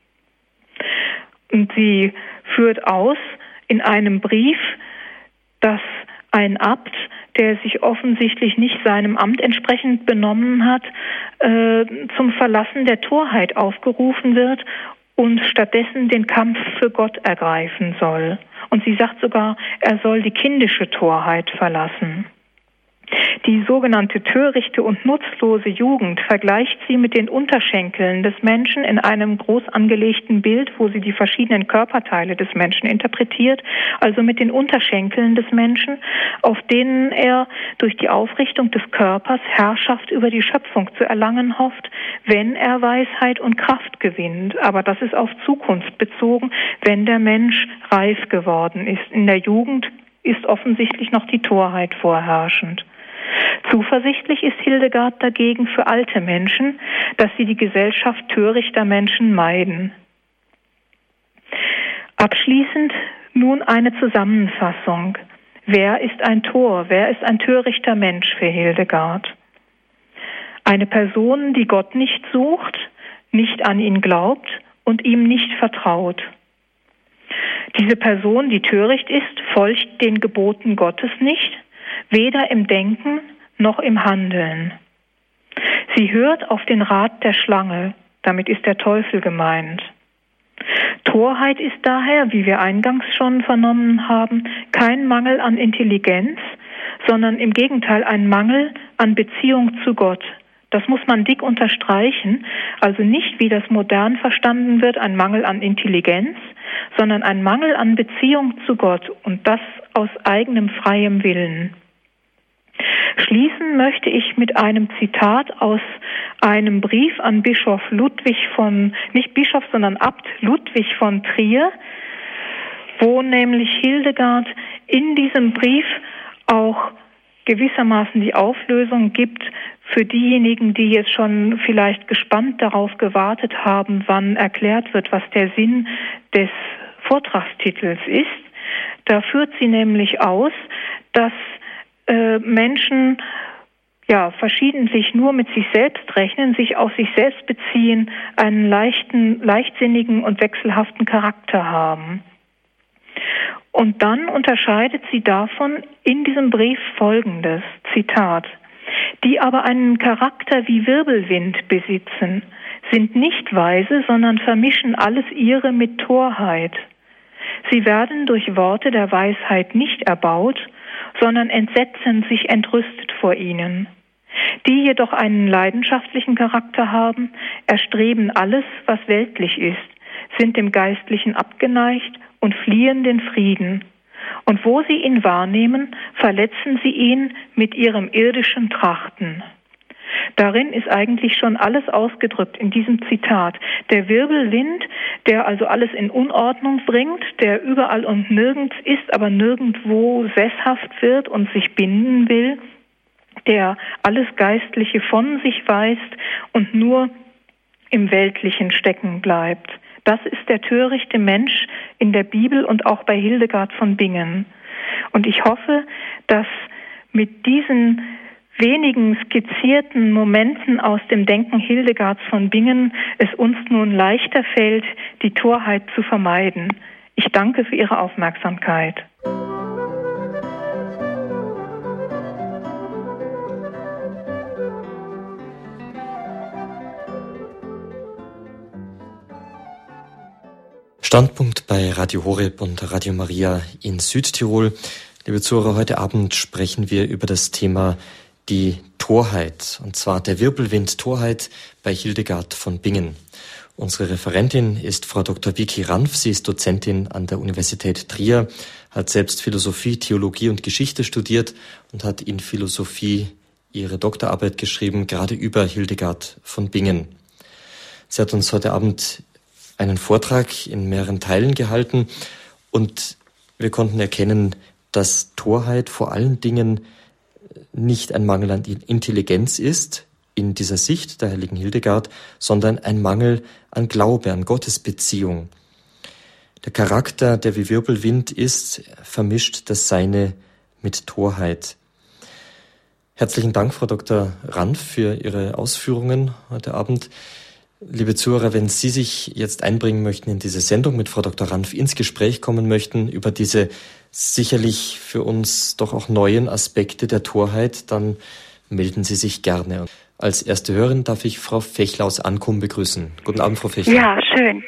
Und sie führt aus in einem Brief, dass ein Abt, der sich offensichtlich nicht seinem Amt entsprechend benommen hat, äh, zum Verlassen der Torheit aufgerufen wird und stattdessen den Kampf für Gott ergreifen soll. Und sie sagt sogar, er soll die kindische Torheit verlassen. Die sogenannte törichte und nutzlose Jugend vergleicht sie mit den Unterschenkeln des Menschen in einem groß angelegten Bild, wo sie die verschiedenen Körperteile des Menschen interpretiert, also mit den Unterschenkeln des Menschen, auf denen er durch die Aufrichtung des Körpers Herrschaft über die Schöpfung zu erlangen hofft, wenn er Weisheit und Kraft gewinnt. Aber das ist auf Zukunft bezogen, wenn der Mensch reif geworden ist. In der Jugend ist offensichtlich noch die Torheit vorherrschend. Zuversichtlich ist Hildegard dagegen für alte Menschen, dass sie die Gesellschaft törichter Menschen meiden. Abschließend nun eine Zusammenfassung. Wer ist ein Tor? Wer ist ein törichter Mensch für Hildegard? Eine Person, die Gott nicht sucht, nicht an ihn glaubt und ihm nicht vertraut. Diese Person, die töricht ist, folgt den Geboten Gottes nicht, weder im Denken noch im Handeln. Sie hört auf den Rat der Schlange, damit ist der Teufel gemeint. Torheit ist daher, wie wir eingangs schon vernommen haben, kein Mangel an Intelligenz, sondern im Gegenteil ein Mangel an Beziehung zu Gott. Das muss man dick unterstreichen, also nicht, wie das modern verstanden wird, ein Mangel an Intelligenz, sondern ein Mangel an Beziehung zu Gott und das aus eigenem freiem Willen. Schließen möchte ich mit einem Zitat aus einem Brief an Bischof Ludwig von, nicht Bischof, sondern Abt Ludwig von Trier, wo nämlich Hildegard in diesem Brief auch gewissermaßen die Auflösung gibt für diejenigen, die jetzt schon vielleicht gespannt darauf gewartet haben, wann erklärt wird, was der Sinn des Vortragstitels ist. Da führt sie nämlich aus, dass äh, Menschen ja verschiedentlich nur mit sich selbst rechnen, sich auf sich selbst beziehen, einen leichten, leichtsinnigen und wechselhaften Charakter haben. Und dann unterscheidet sie davon in diesem Brief Folgendes, Zitat: Die aber einen Charakter wie Wirbelwind besitzen, sind nicht weise, sondern vermischen alles ihre mit Torheit. Sie werden durch Worte der Weisheit nicht erbaut, sondern entsetzen sich entrüstet vor ihnen. Die jedoch einen leidenschaftlichen Charakter haben, erstreben alles, was weltlich ist, sind dem Geistlichen abgeneigt und fliehen den Frieden. Und wo sie ihn wahrnehmen, verletzen sie ihn mit ihrem irdischen Trachten. Darin ist eigentlich schon alles ausgedrückt in diesem Zitat. Der Wirbelwind, der also alles in Unordnung bringt, der überall und nirgends ist, aber nirgendwo sesshaft wird und sich binden will, der alles Geistliche von sich weist und nur im Weltlichen stecken bleibt. Das ist der törichte Mensch in der Bibel und auch bei Hildegard von Bingen. Und ich hoffe, dass mit diesen wenigen skizzierten Momenten aus dem Denken Hildegards von Bingen es uns nun leichter fällt, die Torheit zu vermeiden. Ich danke für Ihre Aufmerksamkeit. Standpunkt bei Radio Horeb und Radio Maria in Südtirol. Liebe Zuhörer, heute Abend sprechen wir über das Thema die Torheit, und zwar der Wirbelwind Torheit bei Hildegard von Bingen. Unsere Referentin ist Frau Doktor Vicky Ranf. Sie ist Dozentin an der Universität Trier, hat selbst Philosophie, Theologie und Geschichte studiert und hat in Philosophie ihre Doktorarbeit geschrieben, gerade über Hildegard von Bingen. Sie hat uns heute Abend einen Vortrag in mehreren Teilen gehalten und wir konnten erkennen, dass Torheit vor allen Dingen nicht ein Mangel an Intelligenz ist, in dieser Sicht der heiligen Hildegard, sondern ein Mangel an Glaube, an Gottesbeziehung. Der Charakter, der wie Wirbelwind ist, vermischt das Seine mit Torheit. Herzlichen Dank, Frau Doktor Ranf, für Ihre Ausführungen heute Abend. Liebe Zuhörer, wenn Sie sich jetzt einbringen möchten in diese Sendung mit Frau Doktor Ranf, ins Gespräch kommen möchten über diese sicherlich für uns doch auch neuen Aspekte der Torheit, dann melden Sie sich gerne. Als erste Hörerin darf ich Frau Fechler aus Ankum begrüßen. Guten Abend, Frau Fechler. Ja, schön.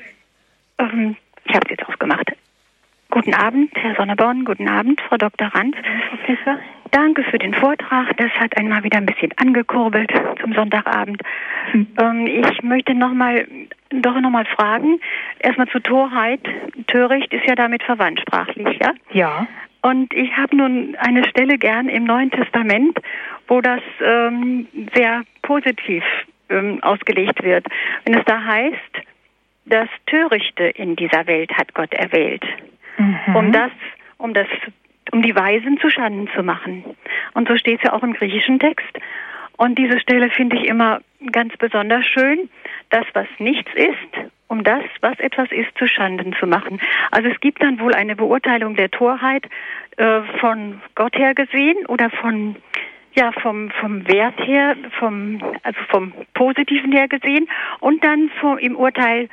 Ähm, ich habe es jetzt aufgemacht. Guten Abend, Herr Sonneborn. Guten Abend, Frau Doktor Ranf. Professor. Danke für den Vortrag. Das hat einmal wieder ein bisschen angekurbelt zum Sonntagabend. Hm. Ähm, ich möchte noch mal, doch noch mal fragen. Erstmal zu Torheit. Töricht ist ja damit verwandt sprachlich, ja? Ja. Und ich habe nun eine Stelle gern im Neuen Testament, wo das ähm, sehr positiv ähm, ausgelegt wird. Wenn es da heißt, das Törichte in dieser Welt hat Gott erwählt, mhm. um das, um das um die Weisen zu Schanden zu machen. Und so steht es ja auch im griechischen Text. Und diese Stelle finde ich immer ganz besonders schön. Das, was nichts ist, um das, was etwas ist, zu Schanden zu machen. Also es gibt dann wohl eine Beurteilung der Torheit äh, von Gott her gesehen oder von ja vom vom Wert her, vom also vom Positiven her gesehen und dann vom, im Urteil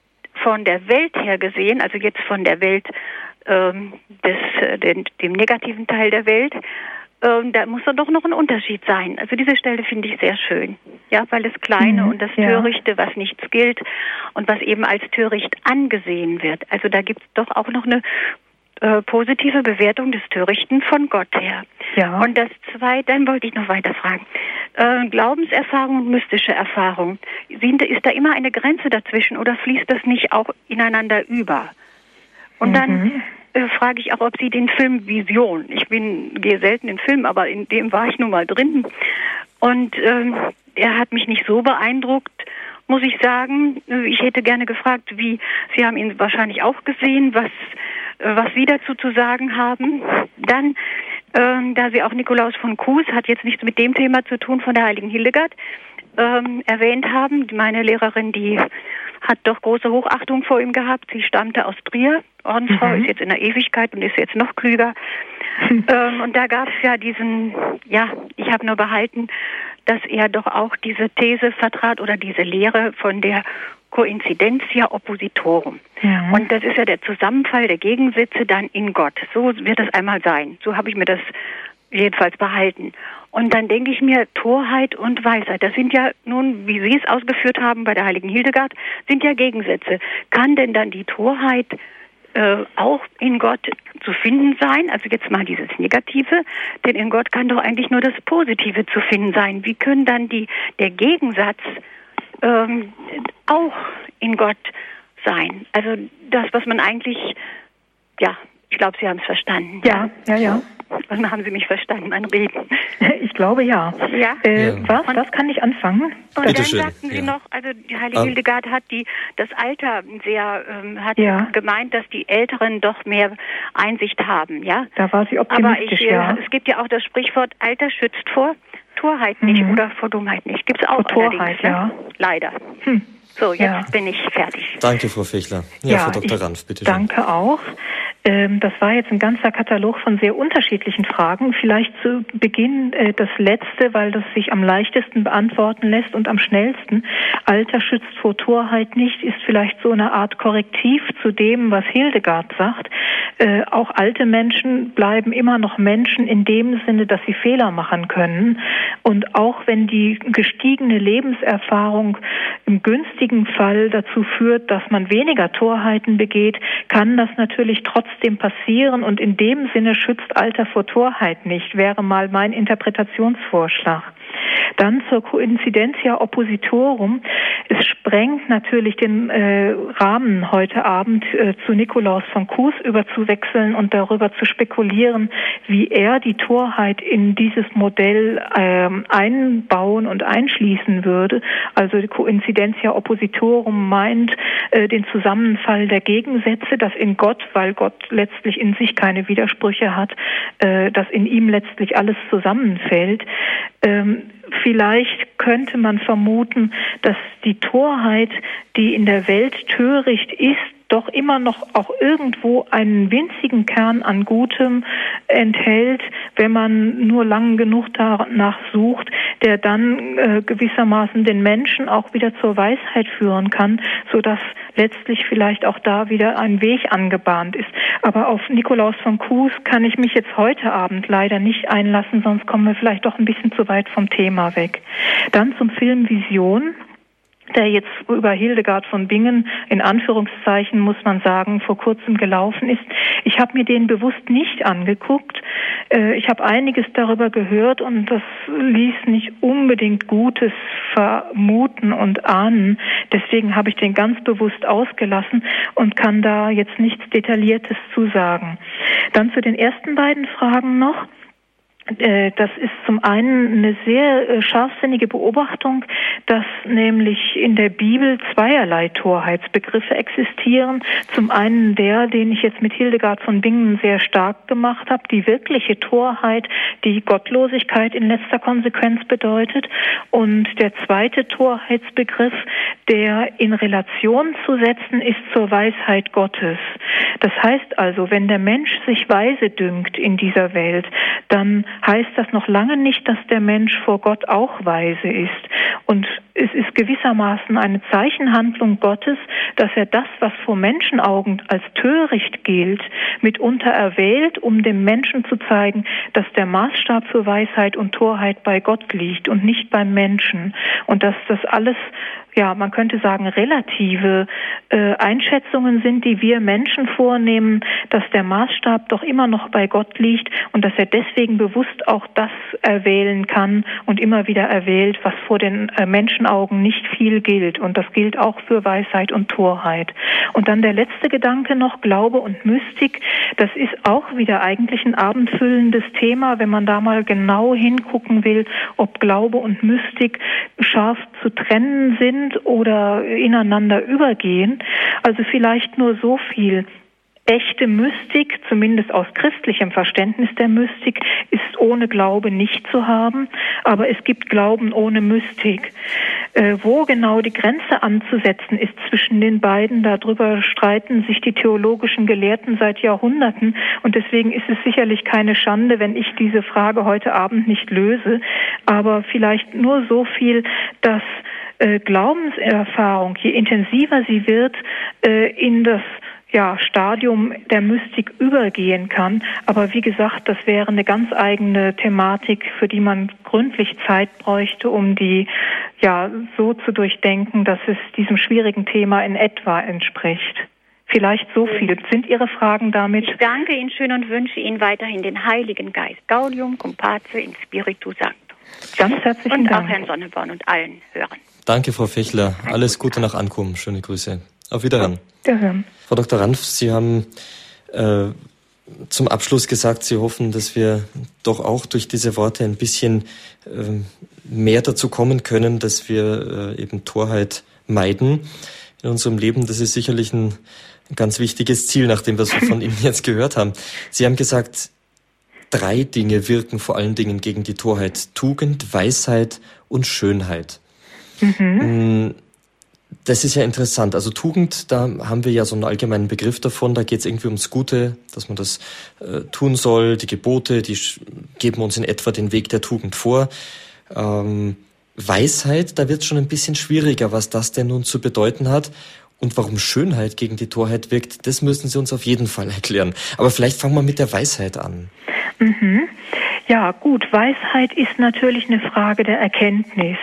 von der Welt her gesehen, also jetzt von der Welt ähm, des den, dem negativen Teil der Welt. Ähm, da muss dann doch noch ein Unterschied sein. Also diese Stelle finde ich sehr schön. Ja, weil das Kleine mhm, und das ja. Törichte, was nichts gilt und was eben als töricht angesehen wird. Also da gibt es doch auch noch eine äh, positive Bewertung des Törichten von Gott her. Ja. Und das Zweite, dann wollte ich noch weiter fragen. Äh, Glaubenserfahrung und mystische Erfahrung. Sind, ist da immer eine Grenze dazwischen oder fließt das nicht auch ineinander über? Und mhm. dann äh, frage ich auch, ob Sie den Film Vision, ich bin gehe selten in Film, aber in dem war ich nun mal drin. Und ähm, er hat mich nicht so beeindruckt, muss ich sagen. Ich hätte gerne gefragt, wie, Sie haben ihn wahrscheinlich auch gesehen, was, äh, was Sie dazu zu sagen haben. Dann, ähm, da Sie auch Nikolaus von Kues, hat jetzt nichts mit dem Thema zu tun, von der heiligen Hildegard, ähm, erwähnt haben. Meine Lehrerin, die hat doch große Hochachtung vor ihm gehabt. Sie stammte aus Trier. Ordensfrau, mhm. ist jetzt in der Ewigkeit und ist jetzt noch klüger. Mhm. Ähm, und da gab es ja diesen, ja, ich habe nur behalten, dass er doch auch diese These vertrat oder diese Lehre von der Coincidentia Oppositorum. Ja. Und das ist ja der Zusammenfall der Gegensätze dann in Gott. So wird es einmal sein. So habe ich mir das jedenfalls behalten. Und dann denke ich mir, Torheit und Weisheit, das sind ja nun, wie Sie es ausgeführt haben bei der heiligen Hildegard, sind ja Gegensätze. Kann denn dann die Torheit äh, auch in Gott zu finden sein? Also jetzt mal dieses Negative, denn in Gott kann doch eigentlich nur das Positive zu finden sein. Wie können dann die der Gegensatz ähm, auch in Gott sein? Also das, was man eigentlich, ja, ich glaube, Sie haben es verstanden. Ja, ja, ja. Was haben Sie mich verstanden, mein Reden? Ich glaube, ja. Ja. Äh, ja. Was? Und, was kann ich anfangen? Und Bitte dann schön. sagten Sie ja. noch, also die heilige ah. Hildegard hat die das Alter sehr ähm, hat ja. gemeint, dass die Älteren doch mehr Einsicht haben, ja. Da war sie optimistisch, Aber ich, ja. es gibt ja auch das Sprichwort: Alter schützt vor Torheit nicht mhm. oder vor Dummheit nicht. Gibt es auch vor Torheit, ne? ja. Leider. Hm. So, jetzt ja. bin ich fertig. Danke, Frau Fechler. Ja, ja Frau Doktor Ranf, bitte schön. Danke auch. Das war jetzt ein ganzer Katalog von sehr unterschiedlichen Fragen. Vielleicht zu Beginn äh, das Letzte, weil das sich am leichtesten beantworten lässt und am schnellsten. Alter schützt vor Torheit nicht, ist vielleicht so eine Art Korrektiv zu dem, was Hildegard sagt. Äh, auch alte Menschen bleiben immer noch Menschen in dem Sinne, dass sie Fehler machen können. Und auch wenn die gestiegene Lebenserfahrung im günstigen Fall dazu führt, dass man weniger Torheiten begeht, kann das natürlich trotzdem dem passieren, und in dem Sinne schützt Alter vor Torheit nicht, wäre mal mein Interpretationsvorschlag. Dann zur Coincidentia Oppositorum. Es sprengt natürlich den äh, Rahmen heute Abend äh, zu Nikolaus von Kues überzuwechseln und darüber zu spekulieren, wie er die Torheit in dieses Modell äh, einbauen und einschließen würde. Also die Coincidentia Oppositorum meint äh, den Zusammenfall der Gegensätze, dass in Gott, weil Gott letztlich in sich keine Widersprüche hat, äh, dass in ihm letztlich alles zusammenfällt. Ähm, vielleicht könnte man vermuten, dass die Torheit, die in der Welt töricht ist, doch immer noch auch irgendwo einen winzigen Kern an Gutem enthält, wenn man nur lang genug danach sucht, der dann äh, gewissermaßen den Menschen auch wieder zur Weisheit führen kann, sodass letztlich vielleicht auch da wieder ein Weg angebahnt ist. Aber auf Nikolaus von Kues kann ich mich jetzt heute Abend leider nicht einlassen, sonst kommen wir vielleicht doch ein bisschen zu weit vom Thema weg. Dann zum Film Vision, der jetzt über Hildegard von Bingen, in Anführungszeichen muss man sagen, vor kurzem gelaufen ist. Ich habe mir den bewusst nicht angeguckt. Ich habe einiges darüber gehört und das ließ nicht unbedingt Gutes vermuten und ahnen. Deswegen habe ich den ganz bewusst ausgelassen und kann da jetzt nichts Detailliertes zu sagen. Dann zu den ersten beiden Fragen noch. Das ist zum einen eine sehr scharfsinnige Beobachtung, dass nämlich in der Bibel zweierlei Torheitsbegriffe existieren. Zum einen der, den ich jetzt mit Hildegard von Bingen sehr stark gemacht habe, die wirkliche Torheit, die Gottlosigkeit in letzter Konsequenz bedeutet. Und der zweite Torheitsbegriff, der in Relation zu setzen ist zur Weisheit Gottes. Das heißt also, wenn der Mensch sich weise dünkt in dieser Welt, dann heißt das noch lange nicht, dass der Mensch vor Gott auch weise ist. Und es ist gewissermaßen eine Zeichenhandlung Gottes, dass er das, was vor Menschenaugen als töricht gilt, mitunter erwählt, um dem Menschen zu zeigen, dass der Maßstab für Weisheit und Torheit bei Gott liegt und nicht beim Menschen. Und dass das alles, ja, man könnte sagen, relative äh, Einschätzungen sind, die wir Menschen vornehmen, dass der Maßstab doch immer noch bei Gott liegt und dass er deswegen bewusst auch das erwählen kann und immer wieder erwählt, was vor den äh, Menschenaugen nicht viel gilt. Und das gilt auch für Weisheit und Torheit. Und dann der letzte Gedanke noch, Glaube und Mystik. Das ist auch wieder eigentlich ein abendfüllendes Thema, wenn man da mal genau hingucken will, ob Glaube und Mystik scharf zu trennen sind oder ineinander übergehen. Also vielleicht nur so viel. Echte Mystik, zumindest aus christlichem Verständnis der Mystik, ist ohne Glaube nicht zu haben, aber es gibt Glauben ohne Mystik. Äh, wo genau die Grenze anzusetzen ist zwischen den beiden, darüber streiten sich die theologischen Gelehrten seit Jahrhunderten und deswegen ist es sicherlich keine Schande, wenn ich diese Frage heute Abend nicht löse, aber vielleicht nur so viel, dass äh, Glaubenserfahrung, je intensiver sie wird, äh, in das ja, Stadium der Mystik übergehen kann. Aber wie gesagt, das wäre eine ganz eigene Thematik, für die man gründlich Zeit bräuchte, um die ja so zu durchdenken, dass es diesem schwierigen Thema in etwa entspricht. Vielleicht so viel. Sind Ihre Fragen damit? Ich danke Ihnen schön und wünsche Ihnen weiterhin den Heiligen Geist. Gaudium cum pace in spiritu sancto. Ganz herzlichen und Dank. Und auch Herrn Sonneborn und allen Hörern. Danke, Frau Fechler. Alles Gute nach Ankommen. Schöne Grüße. Auf Wiederhören. Wiederhören. Frau Doktor Ranf, Sie haben äh, zum Abschluss gesagt, Sie hoffen, dass wir doch auch durch diese Worte ein bisschen äh, mehr dazu kommen können, dass wir äh, eben Torheit meiden in unserem Leben. Das ist sicherlich ein, ein ganz wichtiges Ziel, nachdem wir so von Ihnen jetzt gehört haben. Sie haben gesagt, drei Dinge wirken vor allen Dingen gegen die Torheit: Tugend, Weisheit und Schönheit. Mhm. Das ist ja interessant. Also Tugend, da haben wir ja so einen allgemeinen Begriff davon. Da geht es irgendwie ums Gute, dass man das äh, tun soll. Die Gebote, die geben uns in etwa den Weg der Tugend vor. Ähm, Weisheit, da wird es schon ein bisschen schwieriger, was das denn nun zu bedeuten hat. Und warum Schönheit gegen die Torheit wirkt, das müssen Sie uns auf jeden Fall erklären. Aber vielleicht fangen wir mit der Weisheit an. Mhm. Ja, gut. Weisheit ist natürlich eine Frage der Erkenntnis.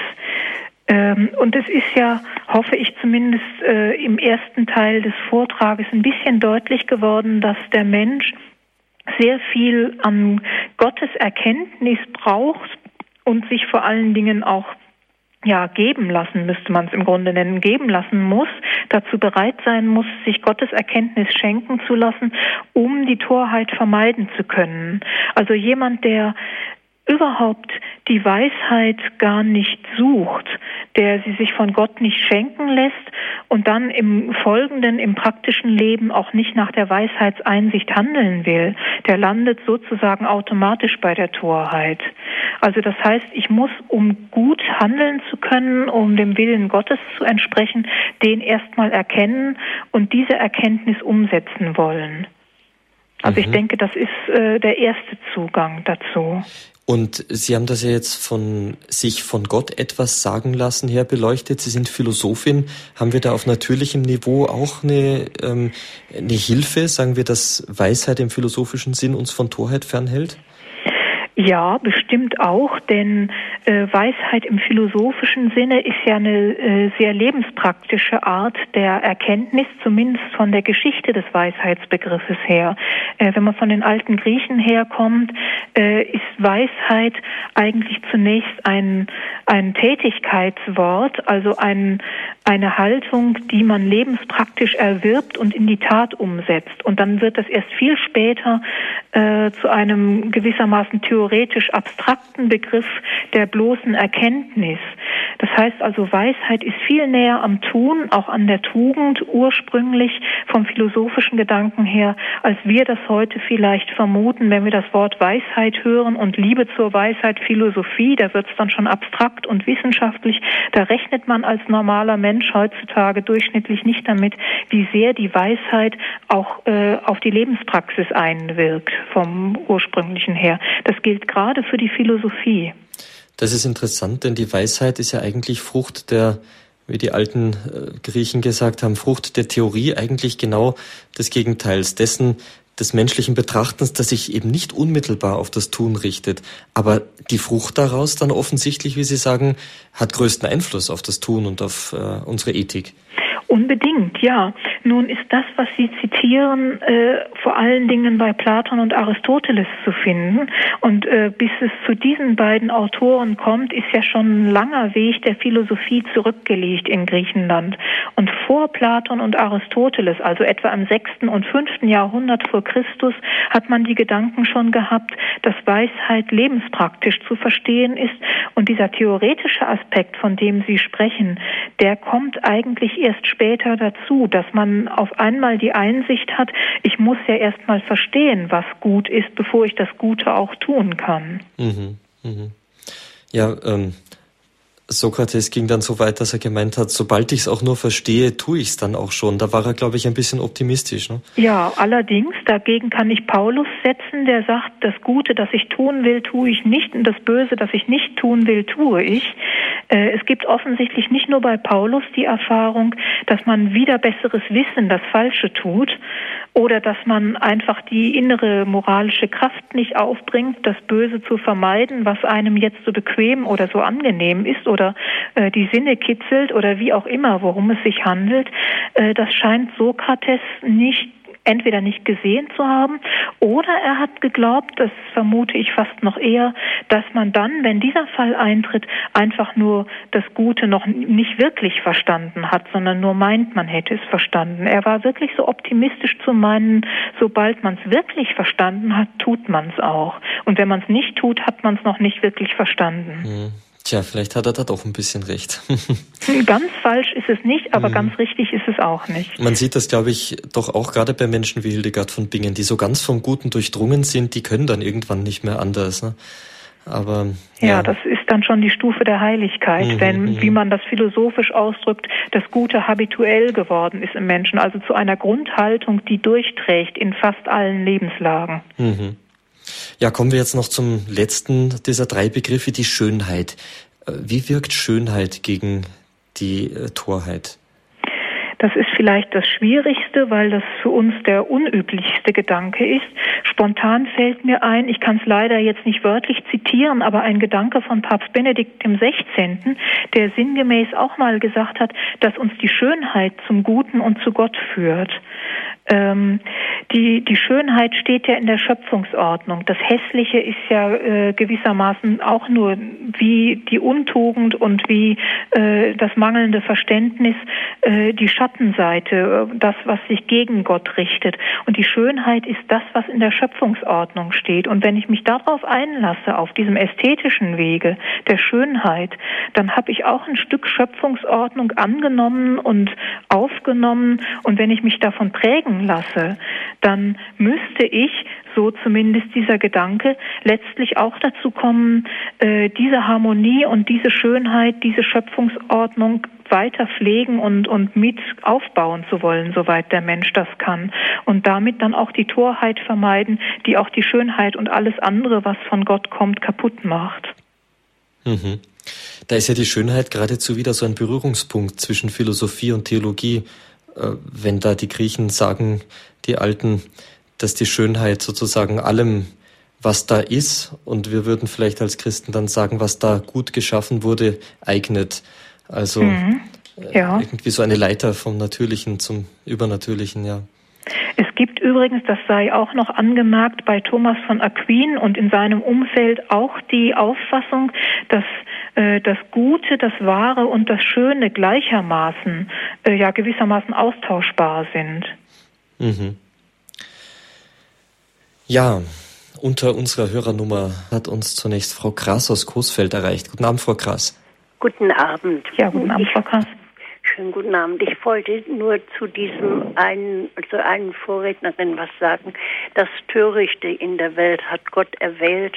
Und es ist ja, hoffe ich zumindest, äh, im ersten Teil des Vortrages ein bisschen deutlich geworden, dass der Mensch sehr viel an Gottes Erkenntnis braucht und sich vor allen Dingen auch ja geben lassen, müsste man es im Grunde nennen, geben lassen muss, dazu bereit sein muss, sich Gottes Erkenntnis schenken zu lassen, um die Torheit vermeiden zu können. Also jemand, der überhaupt die Weisheit gar nicht sucht, der sie sich von Gott nicht schenken lässt und dann im Folgenden, im praktischen Leben auch nicht nach der Weisheitseinsicht handeln will, der landet sozusagen automatisch bei der Torheit. Also das heißt, ich muss, um gut handeln zu können, um dem Willen Gottes zu entsprechen, den erstmal erkennen und diese Erkenntnis umsetzen wollen. Also mhm. ich denke, das ist äh, der erste Zugang dazu. Und Sie haben das ja jetzt von sich von Gott etwas sagen lassen her beleuchtet. Sie sind Philosophin. Haben wir da auf natürlichem Niveau auch eine, ähm, eine Hilfe, sagen wir, dass Weisheit im philosophischen Sinn uns von Torheit fernhält? Ja, bestimmt auch, denn äh, Weisheit im philosophischen Sinne ist ja eine äh, sehr lebenspraktische Art der Erkenntnis, zumindest von der Geschichte des Weisheitsbegriffes her. Äh, wenn man von den alten Griechen herkommt, äh, ist Weisheit eigentlich zunächst ein, ein Tätigkeitswort, also ein, eine Haltung, die man lebenspraktisch erwirbt und in die Tat umsetzt. Und dann wird das erst viel später äh, zu einem gewissermaßen theoretischen theoretisch abstrakten Begriff der bloßen Erkenntnis. Das heißt also, Weisheit ist viel näher am Tun, auch an der Tugend ursprünglich vom philosophischen Gedanken her, als wir das heute vielleicht vermuten, wenn wir das Wort Weisheit hören und Liebe zur Weisheit, Philosophie, da wird es dann schon abstrakt und wissenschaftlich. Da rechnet man als normaler Mensch heutzutage durchschnittlich nicht damit, wie sehr die Weisheit auch äh, auf die Lebenspraxis einwirkt vom ursprünglichen her. Das gilt gerade für die Philosophie. Das ist interessant, denn die Weisheit ist ja eigentlich Frucht der, wie die alten Griechen gesagt haben, Frucht der Theorie, eigentlich genau des Gegenteils, dessen des menschlichen Betrachtens, das sich eben nicht unmittelbar auf das Tun richtet. Aber die Frucht daraus dann offensichtlich, wie Sie sagen, hat größten Einfluss auf das Tun und auf äh, unsere Ethik. Unbedingt, ja. Nun ist das, was Sie zitieren, äh, vor allen Dingen bei Platon und Aristoteles zu finden. Und äh, bis es zu diesen beiden Autoren kommt, ist ja schon ein langer Weg der Philosophie zurückgelegt in Griechenland. Und vor Platon und Aristoteles, also etwa im sechsten und fünften Jahrhundert vor Christus, hat man die Gedanken schon gehabt, dass Weisheit lebenspraktisch zu verstehen ist. Und dieser theoretische Aspekt, von dem Sie sprechen, der kommt eigentlich erst später dazu, dass man auf einmal die Einsicht hat, ich muss ja erst mal verstehen, was gut ist, bevor ich das Gute auch tun kann. Mhm, mhm. Ja, ähm, Sokrates ging dann so weit, dass er gemeint hat, sobald ich es auch nur verstehe, tue ich es dann auch schon. Da war er, glaube ich, ein bisschen optimistisch, ne? Ja, allerdings, dagegen kann ich Paulus setzen, der sagt, das Gute, das ich tun will, tue ich nicht und das Böse, das ich nicht tun will, tue ich. Äh, es gibt offensichtlich nicht nur bei Paulus die Erfahrung, dass man wieder besseres Wissen das Falsche tut oder dass man einfach die innere moralische Kraft nicht aufbringt, das Böse zu vermeiden, was einem jetzt so bequem oder so angenehm ist oder äh, die Sinne kitzelt oder wie auch immer, worum es sich handelt. Äh, das scheint Sokrates nicht entweder nicht gesehen zu haben oder er hat geglaubt, das vermute ich fast noch eher, dass man dann, wenn dieser Fall eintritt, einfach nur das Gute noch nicht wirklich verstanden hat, sondern nur meint, man hätte es verstanden. Er war wirklich so optimistisch zu meinen, sobald man es wirklich verstanden hat, tut man es auch. Und wenn man es nicht tut, hat man es noch nicht wirklich verstanden. Hm. Tja, vielleicht hat er da doch ein bisschen recht. Ganz falsch ist es nicht, aber mhm. ganz richtig ist es auch nicht. Man sieht das, glaube ich, doch auch gerade bei Menschen wie Hildegard von Bingen, die so ganz vom Guten durchdrungen sind, die können dann irgendwann nicht mehr anders. Ne? Aber ja. ja, das ist dann schon die Stufe der Heiligkeit, mhm, wenn, mhm. wie man das philosophisch ausdrückt, das Gute habituell geworden ist im Menschen, also zu einer Grundhaltung, die durchträgt in fast allen Lebenslagen. Mhm. Ja, kommen wir jetzt noch zum letzten dieser drei Begriffe, die Schönheit. Wie wirkt Schönheit gegen die äh, Torheit? Das ist vielleicht das Schwierigste, weil das für uns der unüblichste Gedanke ist. Spontan fällt mir ein, ich kann es leider jetzt nicht wörtlich zitieren, aber ein Gedanke von Papst Benedikt dem Sechzehnten, der sinngemäß auch mal gesagt hat, dass uns die Schönheit zum Guten und zu Gott führt. Ähm, die, die Schönheit steht ja in der Schöpfungsordnung. Das Hässliche ist ja äh, gewissermaßen auch nur wie die Untugend und wie äh, das mangelnde Verständnis äh, die Schattenseite, äh, das, was sich gegen Gott richtet. Und die Schönheit ist das, was in der Schöpfungsordnung steht. Und wenn ich mich darauf einlasse, auf diesem ästhetischen Wege der Schönheit, dann habe ich auch ein Stück Schöpfungsordnung angenommen und aufgenommen. Und wenn ich mich davon prägen lasse, dann müsste ich, so zumindest dieser Gedanke, letztlich auch dazu kommen, äh, diese Harmonie und diese Schönheit, diese Schöpfungsordnung weiter pflegen und, und mit aufbauen zu wollen, soweit der Mensch das kann. Und damit dann auch die Torheit vermeiden, die auch die Schönheit und alles andere, was von Gott kommt, kaputt macht. Mhm. Da ist ja die Schönheit geradezu wieder so ein Berührungspunkt zwischen Philosophie und Theologie. Wenn da die Griechen sagen, die Alten, dass die Schönheit sozusagen allem, was da ist, und wir würden vielleicht als Christen dann sagen, was da gut geschaffen wurde, eignet. Also mhm, ja. irgendwie so eine Leiter vom Natürlichen zum Übernatürlichen, ja. Es gibt übrigens, das sei auch noch angemerkt, bei Thomas von Aquin und in seinem Umfeld auch die Auffassung, dass äh, das Gute, das Wahre und das Schöne gleichermaßen, äh, ja gewissermaßen austauschbar sind. Mhm. Ja, unter unserer Hörernummer hat uns zunächst Frau Krass aus Coesfeld erreicht. Guten Abend, Frau Krass. Guten Abend. Ja, guten Abend, Frau Krass. Schönen guten Abend. Ich wollte nur zu diesem einen, also einen Vorrednerin was sagen. Das Törichte in der Welt hat Gott erwählt,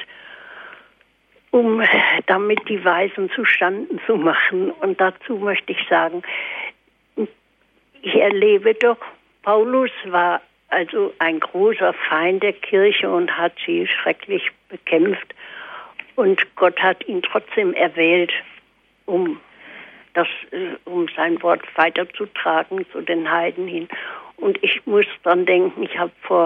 um damit die Weisen zustande zu machen. Und dazu möchte ich sagen, ich erlebe doch, Paulus war also ein großer Feind der Kirche und hat sie schrecklich bekämpft. Und Gott hat ihn trotzdem erwählt, um das, um sein Wort weiterzutragen zu den Heiden hin. Und ich muss dran denken, ich habe vor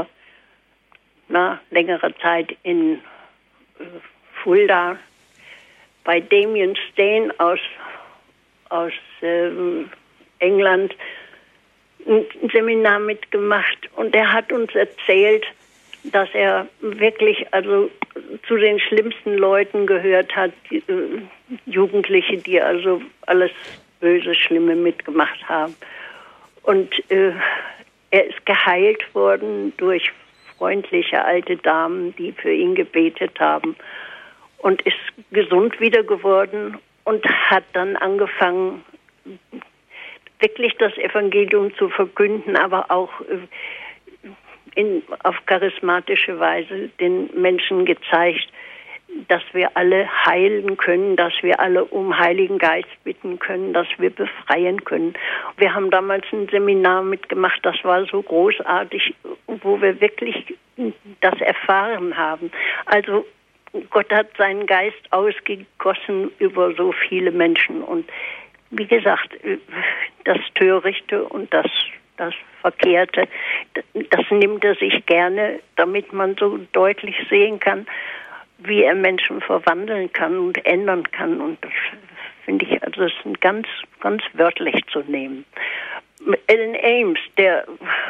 na, längerer Zeit in äh, Fulda bei Damien Stain aus, aus ähm, England ein Seminar mitgemacht, und er hat uns erzählt, dass er wirklich also zu den schlimmsten Leuten gehört hat, die, äh, Jugendliche, die also alles Böse, Schlimme mitgemacht haben. Und äh, er ist geheilt worden durch freundliche alte Damen, die für ihn gebetet haben, und ist gesund wieder geworden und hat dann angefangen, wirklich das Evangelium zu verkünden, aber auch in, auf charismatische Weise den Menschen gezeigt, dass wir alle heilen können, dass wir alle um Heiligen Geist bitten können, dass wir befreien können. Wir haben damals ein Seminar mitgemacht, das war so großartig, wo wir wirklich das erfahren haben. Also Gott hat seinen Geist ausgegossen über so viele Menschen, und wie gesagt, das Törichte und das, das Verkehrte, das nimmt er sich gerne, damit man so deutlich sehen kann, wie er Menschen verwandeln kann und ändern kann. Und das finde ich, also das ist ganz, ganz wörtlich zu nehmen. Alan Ames, der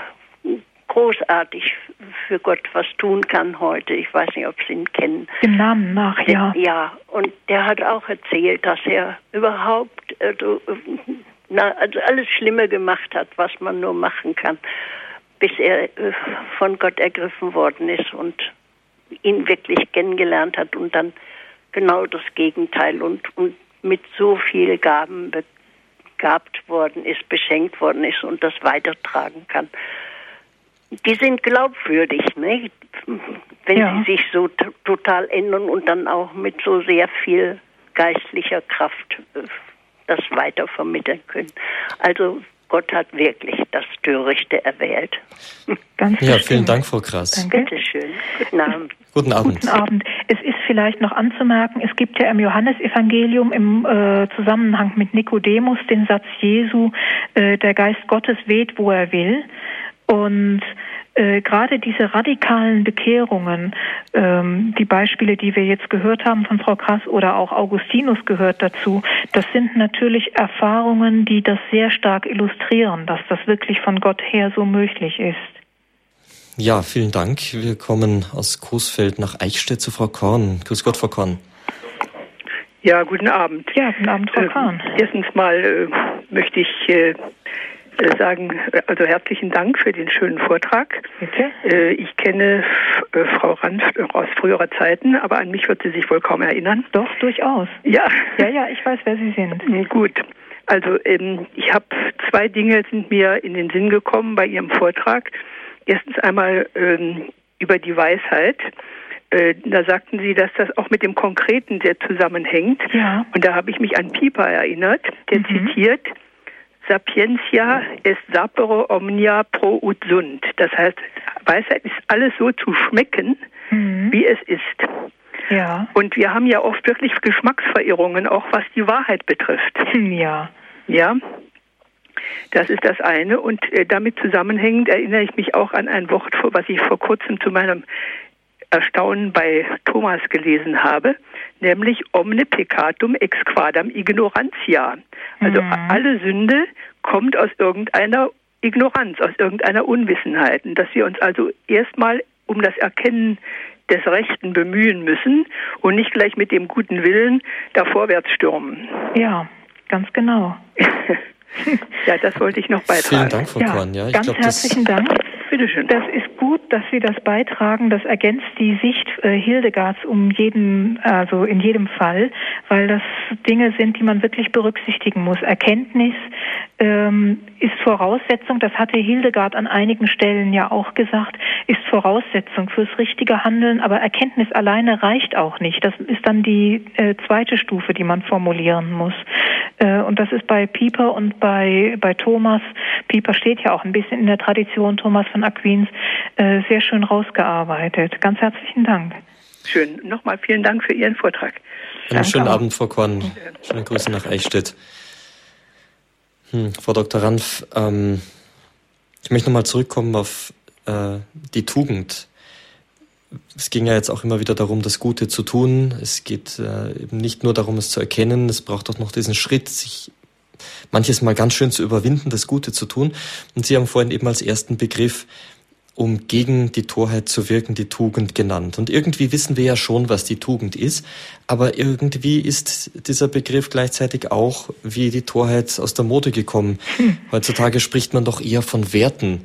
großartig für Gott was tun kann heute. Ich weiß nicht, ob Sie ihn kennen. Dem Namen nach, ja. Ja, und der hat auch erzählt, dass er überhaupt also, na, also alles Schlimme gemacht hat, was man nur machen kann, bis er äh, von Gott ergriffen worden ist und ihn wirklich kennengelernt hat und dann genau das Gegenteil und, und mit so viel Gaben begabt worden ist, beschenkt worden ist und das weitertragen kann. Die sind glaubwürdig, ne? Wenn ja. sie sich so t- total ändern und dann auch mit so sehr viel geistlicher Kraft äh, das weitervermitteln können. Also Gott hat wirklich das Törichte erwählt. Ganz ja, vielen Dank, Frau Krass. Danke. Bitte schön. Guten Abend. Guten Abend. Guten Abend. Es ist vielleicht noch anzumerken, es gibt ja im Johannesevangelium im äh, Zusammenhang mit Nikodemus den Satz Jesu, äh, der Geist Gottes weht, wo er will. Und äh, gerade diese radikalen Bekehrungen, ähm, die Beispiele, die wir jetzt gehört haben von Frau Krass oder auch Augustinus gehört dazu, das sind natürlich Erfahrungen, die das sehr stark illustrieren, dass das wirklich von Gott her so möglich ist. Ja, vielen Dank. Wir kommen aus Coesfeld nach Eichstätt zu Frau Korn. Grüß Gott, Frau Korn. Ja, guten Abend. Ja, guten Abend, Frau Korn. Äh, erstens mal äh, möchte ich äh, sagen, also herzlichen Dank für den schönen Vortrag. Bitte? Äh, ich kenne äh, Frau Ranf aus früherer Zeiten, aber an mich wird sie sich wohl kaum erinnern. Doch, durchaus. Ja. Ja, ja, ich weiß, wer Sie sind. Gut. Also ähm, ich habe zwei Dinge sind mir in den Sinn gekommen bei Ihrem Vortrag. Erstens einmal ähm, über die Weisheit. Äh, da sagten Sie, dass das auch mit dem Konkreten sehr zusammenhängt. Ja. Und da habe ich mich an Pieper erinnert, der mhm. zitiert, Sapientia est sapere omnia pro ut sunt. Das heißt, Weisheit ist alles so zu schmecken, mhm. wie es ist. Ja. Und wir haben ja oft wirklich Geschmacksverirrungen, auch was die Wahrheit betrifft. Ja. Ja. Das ist das eine. Und äh, damit zusammenhängend erinnere ich mich auch an ein Wort, was ich vor kurzem zu meinem Erstaunen bei Thomas gelesen habe, nämlich omne peccatum ex quadam ignorantia. Also mhm. alle Sünde kommt aus irgendeiner Ignoranz, aus irgendeiner Unwissenheit. Und dass wir uns also erstmal um das Erkennen des Rechten bemühen müssen und nicht gleich mit dem guten Willen da vorwärts stürmen. Ja, ganz genau. Ja, das wollte ich noch beitragen. Vielen Dank, Frau ja, Korn. Ja, ich ganz glaub, herzlichen Dank. Bitteschön. Das ist gut, dass Sie das beitragen. Das ergänzt die Sicht äh, Hildegards um jeden, also in jedem Fall, weil das Dinge sind, die man wirklich berücksichtigen muss. Erkenntnis ähm, ist Voraussetzung, das hatte Hildegard an einigen Stellen ja auch gesagt, ist Voraussetzung fürs richtige Handeln, aber Erkenntnis alleine reicht auch nicht. Das ist dann die äh, zweite Stufe, die man formulieren muss. Äh, und das ist bei Pieper und bei, bei Thomas, Pieper steht ja auch ein bisschen in der Tradition, Thomas von Aquins, äh, sehr schön rausgearbeitet. Ganz herzlichen Dank. Schön. Nochmal vielen Dank für Ihren Vortrag. Einen Danke schönen auch. Abend, Frau Korn. Schöne Grüße nach Eichstätt. Hm, Frau Doktor Ranf, ähm, ich möchte nochmal zurückkommen auf äh, die Tugend. Es ging ja jetzt auch immer wieder darum, das Gute zu tun. Es geht äh, eben nicht nur darum, es zu erkennen. Es braucht auch noch diesen Schritt, sich manches Mal ganz schön zu überwinden, das Gute zu tun. Und Sie haben vorhin eben als ersten Begriff, um gegen die Torheit zu wirken, die Tugend genannt. Und irgendwie wissen wir ja schon, was die Tugend ist. Aber irgendwie ist dieser Begriff gleichzeitig auch wie die Torheit aus der Mode gekommen. Hm. Heutzutage spricht man doch eher von Werten.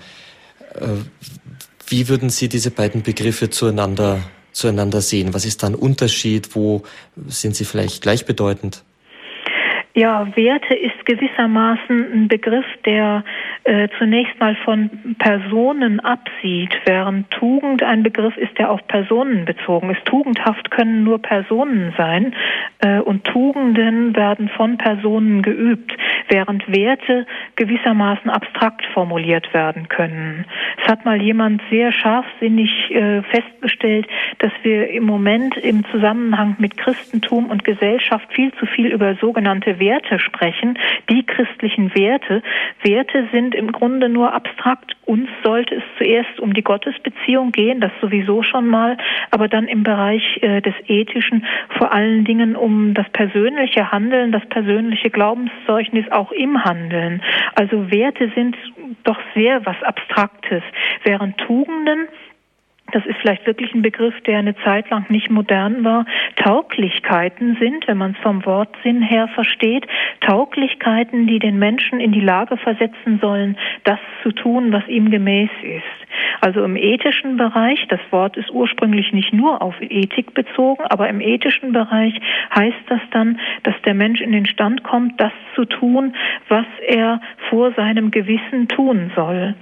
Wie würden Sie diese beiden Begriffe zueinander, zueinander sehen? Was ist da ein Unterschied? Wo sind sie vielleicht gleichbedeutend? Ja, Werte ist gewissermaßen ein Begriff, der äh, zunächst mal von Personen absieht, während Tugend ein Begriff ist, der auf Personen bezogen ist. Tugendhaft können nur Personen sein äh, und Tugenden werden von Personen geübt, während Werte gewissermaßen abstrakt formuliert werden können. Es hat mal jemand sehr scharfsinnig äh, festgestellt, dass wir im Moment im Zusammenhang mit Christentum und Gesellschaft viel zu viel über sogenannte Werte sprechen, die christlichen Werte. Werte sind im Grunde nur abstrakt. Uns sollte es zuerst um die Gottesbeziehung gehen, das sowieso schon mal, aber dann im Bereich äh, des Ethischen vor allen Dingen um das persönliche Handeln, das persönliche Glaubenszeugnis auch im Handeln. Also Werte sind doch sehr was Abstraktes, während Tugenden, das ist vielleicht wirklich ein Begriff, der eine Zeit lang nicht modern war, Tauglichkeiten sind, wenn man es vom Wortsinn her versteht, Tauglichkeiten, die den Menschen in die Lage versetzen sollen, das zu tun, was ihm gemäß ist. Also im ethischen Bereich, das Wort ist ursprünglich nicht nur auf Ethik bezogen, aber im ethischen Bereich heißt das dann, dass der Mensch in den Stand kommt, das zu tun, was er vor seinem Gewissen tun soll.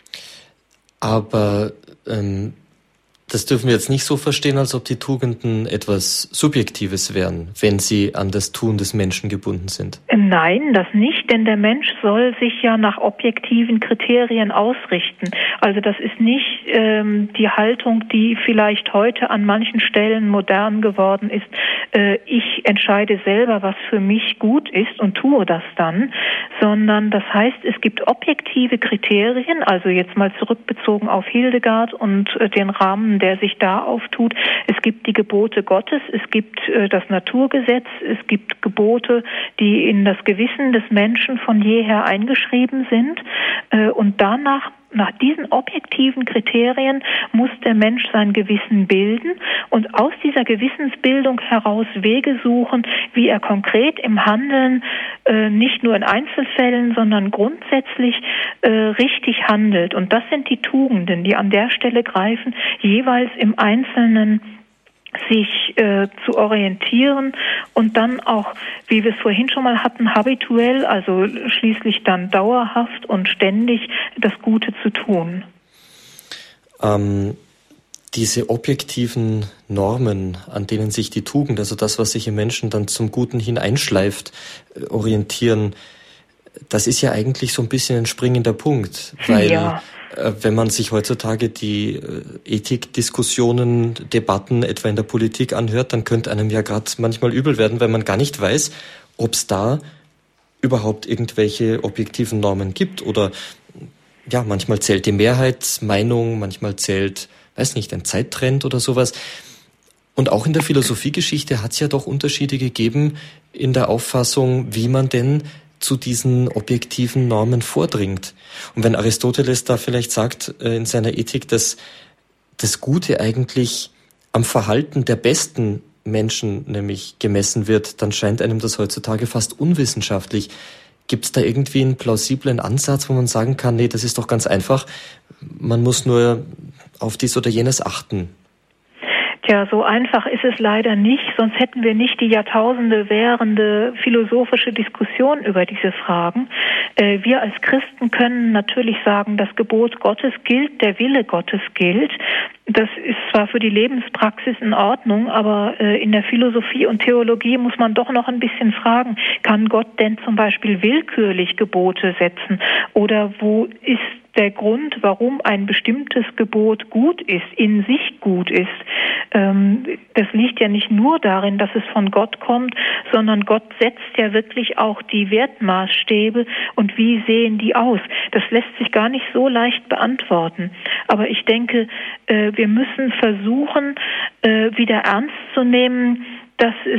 Aber ähm das dürfen wir jetzt nicht so verstehen, als ob die Tugenden etwas Subjektives wären, wenn sie an das Tun des Menschen gebunden sind. Nein, das nicht, denn der Mensch soll sich ja nach objektiven Kriterien ausrichten. Also das ist nicht ähm, die Haltung, die vielleicht heute an manchen Stellen modern geworden ist. Äh, ich entscheide selber, was für mich gut ist und tue das dann, sondern das heißt, es gibt objektive Kriterien, also jetzt mal zurückbezogen auf Hildegard und äh, den Rahmen, der sich da auftut. Es gibt die Gebote Gottes, es gibt äh, das Naturgesetz, es gibt Gebote, die in das Gewissen des Menschen von jeher eingeschrieben sind. Äh, und danach nach diesen objektiven Kriterien muss der Mensch sein Gewissen bilden und aus dieser Gewissensbildung heraus Wege suchen, wie er konkret im Handeln äh, nicht nur in Einzelfällen, sondern grundsätzlich äh, richtig handelt. Und das sind die Tugenden, die an der Stelle greifen, jeweils im Einzelnen sich äh, zu orientieren und dann auch, wie wir es vorhin schon mal hatten, habituell, also schließlich dann dauerhaft und ständig das Gute zu tun. Ähm, diese objektiven Normen, an denen sich die Tugend, also das, was sich im Menschen dann zum Guten hin einschleift, äh, orientieren, das ist ja eigentlich so ein bisschen ein springender Punkt, weil ja. Wenn man sich heutzutage die Ethikdiskussionen, Debatten etwa in der Politik anhört, dann könnte einem ja gerade manchmal übel werden, weil man gar nicht weiß, ob es da überhaupt irgendwelche objektiven Normen gibt. Oder ja, manchmal zählt die Mehrheitsmeinung, manchmal zählt, weiß nicht, ein Zeittrend oder sowas. Und auch in der Philosophiegeschichte hat es ja doch Unterschiede gegeben in der Auffassung, wie man denn zu diesen objektiven Normen vordringt. Und wenn Aristoteles da vielleicht sagt äh, in seiner Ethik, dass das Gute eigentlich am Verhalten der besten Menschen nämlich gemessen wird, dann scheint einem das heutzutage fast unwissenschaftlich. Gibt es da irgendwie einen plausiblen Ansatz, wo man sagen kann, nee, das ist doch ganz einfach, man muss nur auf dies oder jenes achten? Tja, so einfach ist es leider nicht, sonst hätten wir nicht die Jahrtausende währende philosophische Diskussion über diese Fragen. Äh, wir als Christen können natürlich sagen, das Gebot Gottes gilt, der Wille Gottes gilt. Das ist zwar für die Lebenspraxis in Ordnung, aber äh, in der Philosophie und Theologie muss man doch noch ein bisschen fragen, kann Gott denn zum Beispiel willkürlich Gebote setzen? Oder wo ist der Grund, warum ein bestimmtes Gebot gut ist, in sich gut ist? Ähm, das liegt ja nicht nur darin, dass es von Gott kommt, sondern Gott setzt ja wirklich auch die Wertmaßstäbe und wie sehen die aus? Das lässt sich gar nicht so leicht beantworten. Aber ich denke, äh, wir müssen versuchen, äh, wieder ernst zu nehmen, dass es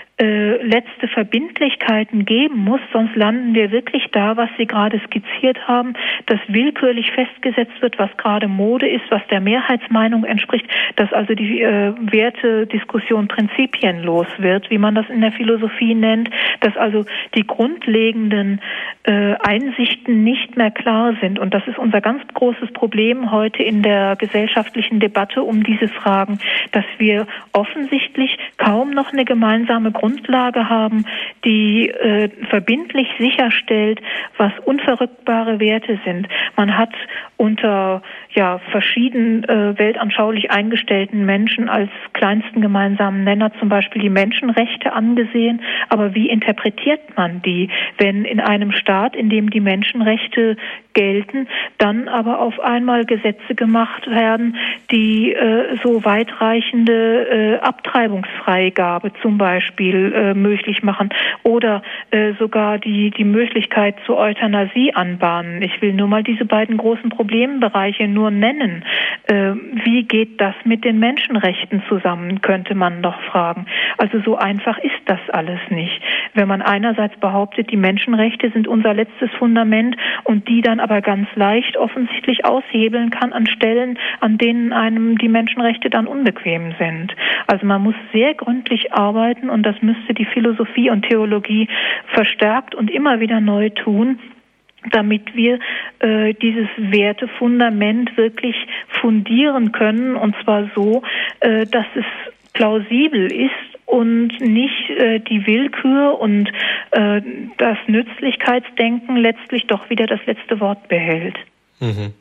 äh, letzte Verbindlichkeiten geben muss, sonst landen wir wirklich da, was Sie gerade skizziert haben, dass willkürlich festgesetzt wird, was gerade Mode ist, was der Mehrheitsmeinung entspricht, dass also die äh, Wertediskussion prinzipienlos wird, wie man das in der Philosophie nennt, dass also die grundlegenden äh, Einsichten nicht mehr klar sind. Und das ist unser ganz großes Problem heute in der gesellschaftlichen Debatte um diese Fragen, dass wir offensichtlich kaum noch eine gemeinsame Grundlage haben, die äh, verbindlich sicherstellt, was unverrückbare Werte sind. Man hat unter ja verschieden äh, weltanschaulich eingestellten Menschen als kleinsten gemeinsamen Nenner zum Beispiel die Menschenrechte angesehen. Aber wie interpretiert man die, wenn in einem Staat, in dem die Menschenrechte gelten, dann aber auf einmal Gesetze gemacht werden, die äh, so weitreichende äh, Abtreibungsfreigabe zum Beispiel äh, möglich machen oder äh, sogar die die Möglichkeit zur Euthanasie anbahnen. Ich will nur mal diese beiden großen Problembereiche nur nennen. Äh, wie geht das mit den Menschenrechten zusammen, könnte man doch fragen. Also so einfach ist das alles nicht. Wenn man einerseits behauptet, die Menschenrechte sind unser letztes Fundament und die dann aber ganz leicht offensichtlich aushebeln kann an Stellen, an denen einem die Menschenrechte dann unbequem sind. Also man muss sehr gründlich arbeiten und das müsste die Philosophie und Theologie verstärkt und immer wieder neu tun, damit wir äh, dieses Wertefundament wirklich fundieren können, und zwar so, äh, dass es plausibel ist und nicht äh, die Willkür und äh, das Nützlichkeitsdenken letztlich doch wieder das letzte Wort behält. Mhm.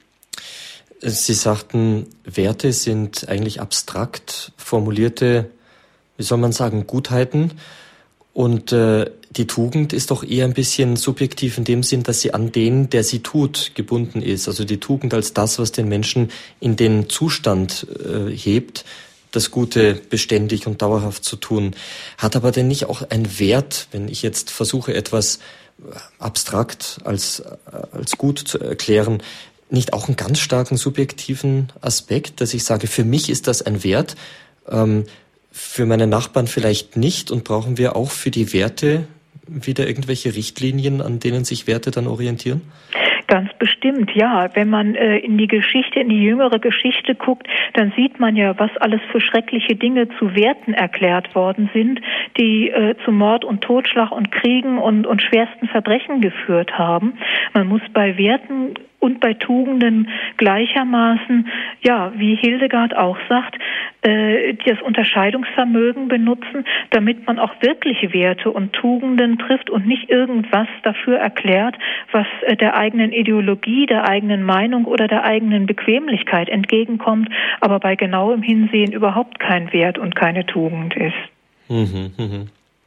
Sie sagten, Werte sind eigentlich abstrakt formulierte, wie soll man sagen, Gutheiten. Und äh, die Tugend ist doch eher ein bisschen subjektiv in dem Sinn, dass sie an den, der sie tut, gebunden ist. Also die Tugend als das, was den Menschen in den Zustand äh, hebt, das Gute beständig und dauerhaft zu tun. Hat aber denn nicht auch einen Wert, wenn ich jetzt versuche, etwas abstrakt als, als gut zu erklären, nicht auch einen ganz starken subjektiven Aspekt, dass ich sage, für mich ist das ein Wert, ähm, für meine Nachbarn vielleicht nicht, und brauchen wir auch für die Werte wieder irgendwelche Richtlinien, an denen sich Werte dann orientieren? Ganz bestimmt. bestimmt, ja. Wenn man äh, in die Geschichte, in die jüngere Geschichte guckt, dann sieht man ja, was alles für schreckliche Dinge zu Werten erklärt worden sind, die äh, zu Mord und Totschlag und Kriegen und, und schwersten Verbrechen geführt haben. Man muss bei Werten und bei Tugenden gleichermaßen, ja, wie Hildegard auch sagt, äh, das Unterscheidungsvermögen benutzen, damit man auch wirkliche Werte und Tugenden trifft und nicht irgendwas dafür erklärt, was äh, der eigenen Ideologie, der eigenen Meinung oder der eigenen Bequemlichkeit entgegenkommt, aber bei genauem Hinsehen überhaupt kein Wert und keine Tugend ist. Mhm, mh.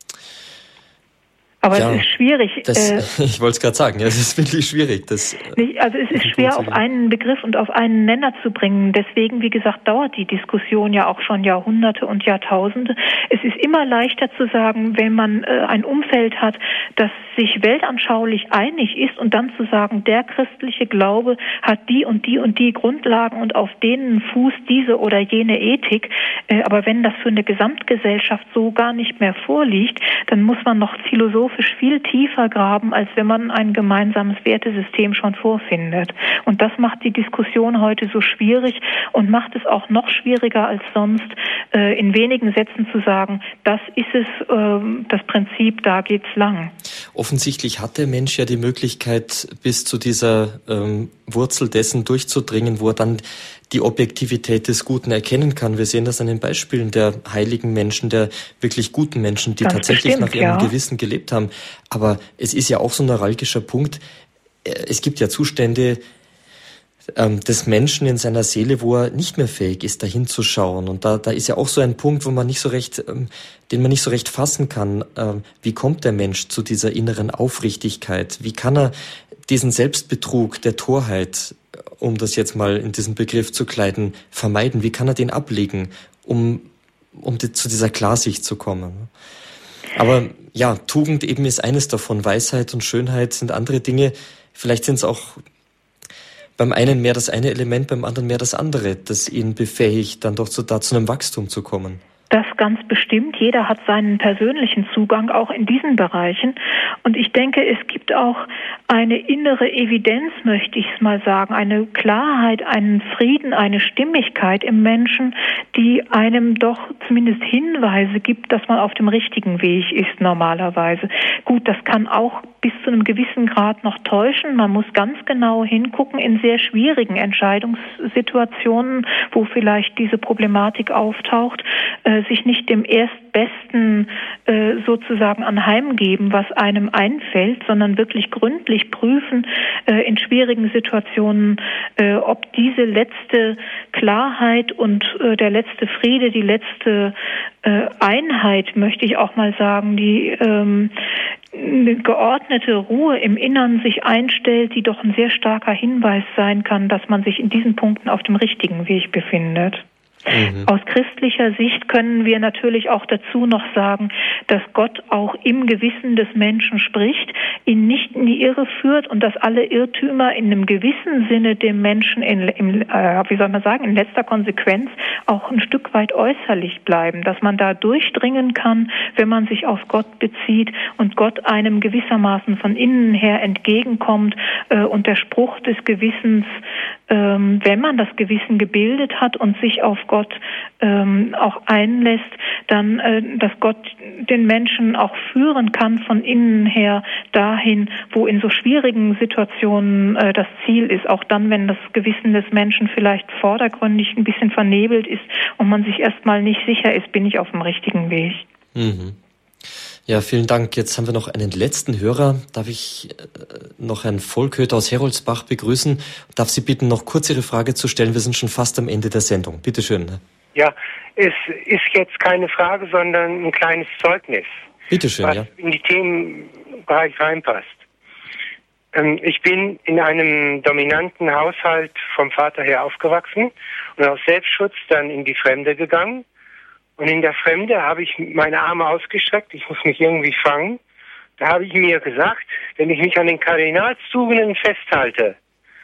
Aber ja, es ist schwierig. Das, äh, ich wollte es gerade sagen, ja, es ist wirklich schwierig. Das, nicht, also es ist schwer, auf einen Begriff und auf einen Nenner zu bringen. Deswegen, wie gesagt, dauert die Diskussion ja auch schon Jahrhunderte und Jahrtausende. Es ist immer leichter zu sagen, wenn man äh, ein Umfeld hat, das sich weltanschaulich einig ist und dann zu sagen, der christliche Glaube hat die und die und die Grundlagen und auf denen fußt diese oder jene Ethik. Äh, aber wenn das für eine Gesamtgesellschaft so gar nicht mehr vorliegt, dann muss man noch philosophisch viel tiefer graben, als wenn man ein gemeinsames Wertesystem schon vorfindet. Und das macht die Diskussion heute so schwierig und macht es auch noch schwieriger als sonst, äh, in wenigen Sätzen zu sagen, das ist es, äh, das Prinzip, da geht's lang. Offensichtlich hat der Mensch ja die Möglichkeit, bis zu dieser ähm, Wurzel dessen durchzudringen, wo er dann die Objektivität des Guten erkennen kann. Wir sehen das an den Beispielen der heiligen Menschen, der wirklich guten Menschen, die Ganz tatsächlich bestimmt, nach ihrem ja. Gewissen gelebt haben. Aber es ist ja auch so ein neuralgischer Punkt. Es gibt ja Zustände ähm, des Menschen in seiner Seele, wo er nicht mehr fähig ist, dahin zu schauen. Und da, da ist ja auch so ein Punkt, wo man nicht so recht, ähm, den man nicht so recht fassen kann. Ähm, wie kommt der Mensch zu dieser inneren Aufrichtigkeit? Wie kann er diesen Selbstbetrug der Torheit, um das jetzt mal in diesen Begriff zu kleiden, vermeiden? Wie kann er den ablegen, um, um die, zu dieser Klarsicht zu kommen? Aber ja, Tugend eben ist eines davon. Weisheit und Schönheit sind andere Dinge. Vielleicht sind es auch beim einen mehr das eine Element, beim anderen mehr das andere, das ihn befähigt, dann doch zu, da zu einem Wachstum zu kommen. Das ganz bestimmt. Jeder hat seinen persönlichen Zugang auch in diesen Bereichen. Und ich denke, es gibt auch eine innere Evidenz, möchte ich es mal sagen, eine Klarheit, einen Frieden, eine Stimmigkeit im Menschen, die einem doch zumindest Hinweise gibt, dass man auf dem richtigen Weg ist normalerweise. Gut, das kann auch bis zu einem gewissen Grad noch täuschen. Man muss ganz genau hingucken in sehr schwierigen Entscheidungssituationen, wo vielleicht diese Problematik auftaucht, äh, sich nicht dem Erstbesten äh, sozusagen anheimgeben, was einem einfällt, sondern wirklich gründlich prüfen äh, in schwierigen Situationen, äh, ob diese letzte Klarheit und äh, der letzte Friede, die letzte äh, Einheit, möchte ich auch mal sagen, die ähm, eine geordnete Ruhe im Innern sich einstellt, die doch ein sehr starker Hinweis sein kann, dass man sich in diesen Punkten auf dem richtigen Weg befindet. Mhm. Aus christlicher Sicht können wir natürlich auch dazu noch sagen, dass Gott auch im Gewissen des Menschen spricht, ihn nicht in die Irre führt und dass alle Irrtümer in einem gewissen Sinne dem Menschen, in, in, äh, wie soll man sagen, in letzter Konsequenz auch ein Stück weit äußerlich bleiben, dass man da durchdringen kann, wenn man sich auf Gott bezieht und Gott einem gewissermaßen von innen her entgegenkommt äh, und der Spruch des Gewissens, ähm, wenn man das Gewissen gebildet hat und sich auf Gott ähm, auch einlässt, dann, äh, dass Gott den Menschen auch führen kann von innen her dahin, wo in so schwierigen Situationen äh, das Ziel ist, auch dann, wenn das Gewissen des Menschen vielleicht vordergründig ein bisschen vernebelt ist und man sich erstmal nicht sicher ist, bin ich auf dem richtigen Weg. Mhm. Ja, vielen Dank. Jetzt haben wir noch einen letzten Hörer. Darf ich äh, noch Herrn Volköter aus Heroldsbach begrüßen? Darf Sie bitten, noch kurz Ihre Frage zu stellen? Wir sind schon fast am Ende der Sendung. Bitte schön. Ja, es ist jetzt keine Frage, sondern ein kleines Zeugnis, Bitte schön, was ja. in die Themenbereich reinpasst. Ähm, ich bin in einem dominanten Haushalt vom Vater her aufgewachsen und aus Selbstschutz dann in die Fremde gegangen. Und in der Fremde habe ich meine Arme ausgestreckt, ich muss mich irgendwie fangen. Da habe ich mir gesagt, wenn ich mich an den Kardinalstugenden festhalte,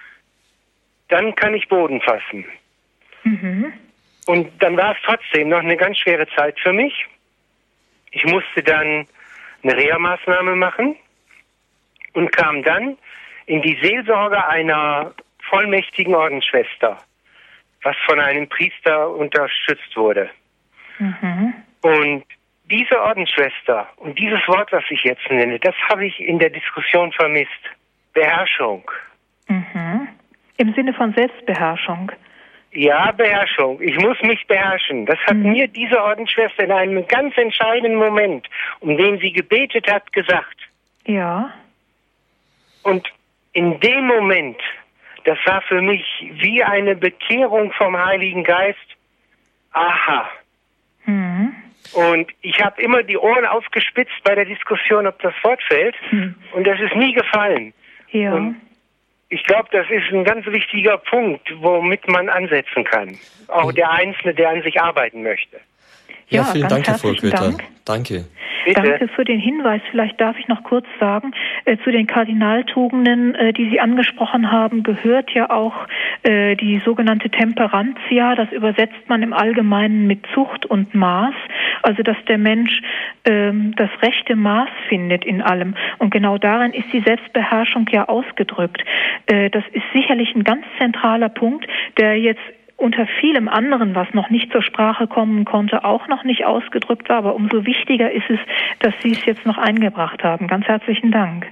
dann kann ich Boden fassen. Mhm. Und dann war es trotzdem noch eine ganz schwere Zeit für mich. Ich musste dann eine Reha-Maßnahme machen und kam dann in die Seelsorge einer vollmächtigen Ordensschwester, was von einem Priester unterstützt wurde. Mhm. Und diese Ordensschwester und dieses Wort, was ich jetzt nenne, das habe ich in der Diskussion vermisst. Beherrschung. Mhm. Im Sinne von Selbstbeherrschung. Ja, Beherrschung. Ich muss mich beherrschen. Das hat mhm. mir diese Ordensschwester in einem ganz entscheidenden Moment, um den sie gebetet hat, gesagt. Ja. Und in dem Moment, das war für mich wie eine Bekehrung vom Heiligen Geist. Aha. Mhm. Und ich habe immer die Ohren aufgespitzt bei der Diskussion, ob das Wort fällt. Mhm. Und das ist nie gefallen. Ja. Und ich glaube, das ist ein ganz wichtiger Punkt, womit man ansetzen kann. Auch der Einzelne, der an sich arbeiten möchte. Ja, ja vielen Dank, Herr Volkwitter. Dank. Danke. Bitte. Danke für den Hinweis. Vielleicht darf ich noch kurz sagen, äh, zu den Kardinaltugenden, äh, die Sie angesprochen haben, gehört ja auch äh, die sogenannte Temperantia. Das übersetzt man im Allgemeinen mit Zucht und Maß. Also, dass der Mensch ähm, das rechte Maß findet in allem. Und genau darin ist die Selbstbeherrschung ja ausgedrückt. Äh, das ist sicherlich ein ganz zentraler Punkt, der jetzt unter vielem anderen, was noch nicht zur Sprache kommen konnte, auch noch nicht ausgedrückt war. Aber umso wichtiger ist es, dass Sie es jetzt noch eingebracht haben. Ganz herzlichen Dank.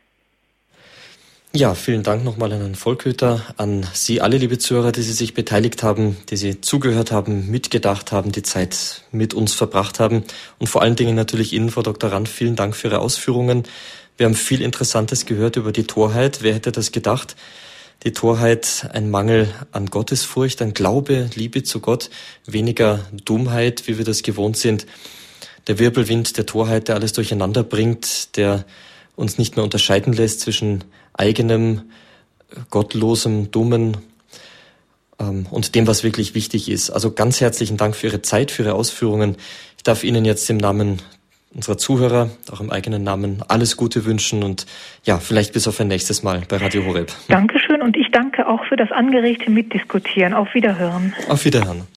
Ja, vielen Dank nochmal an Herrn Volkwitter, an Sie alle, liebe Zuhörer, die Sie sich beteiligt haben, die Sie zugehört haben, mitgedacht haben, die Zeit mit uns verbracht haben. Und vor allen Dingen natürlich Ihnen, Frau Doktor Ranf, vielen Dank für Ihre Ausführungen. Wir haben viel Interessantes gehört über die Torheit. Wer hätte das gedacht? Die Torheit, ein Mangel an Gottesfurcht, an Glaube, Liebe zu Gott, weniger Dummheit, wie wir das gewohnt sind. Der Wirbelwind der Torheit, der alles durcheinander bringt, der uns nicht mehr unterscheiden lässt zwischen eigenem, gottlosem, dummen ähm, und dem, was wirklich wichtig ist. Also ganz herzlichen Dank für Ihre Zeit, für Ihre Ausführungen. Ich darf Ihnen jetzt im Namen unserer Zuhörer, auch im eigenen Namen, alles Gute wünschen und ja, vielleicht bis auf ein nächstes Mal bei Radio Horeb. Dankeschön und ich danke auch für das angeregte Mitdiskutieren. Auf Wiederhören. Auf Wiederhören.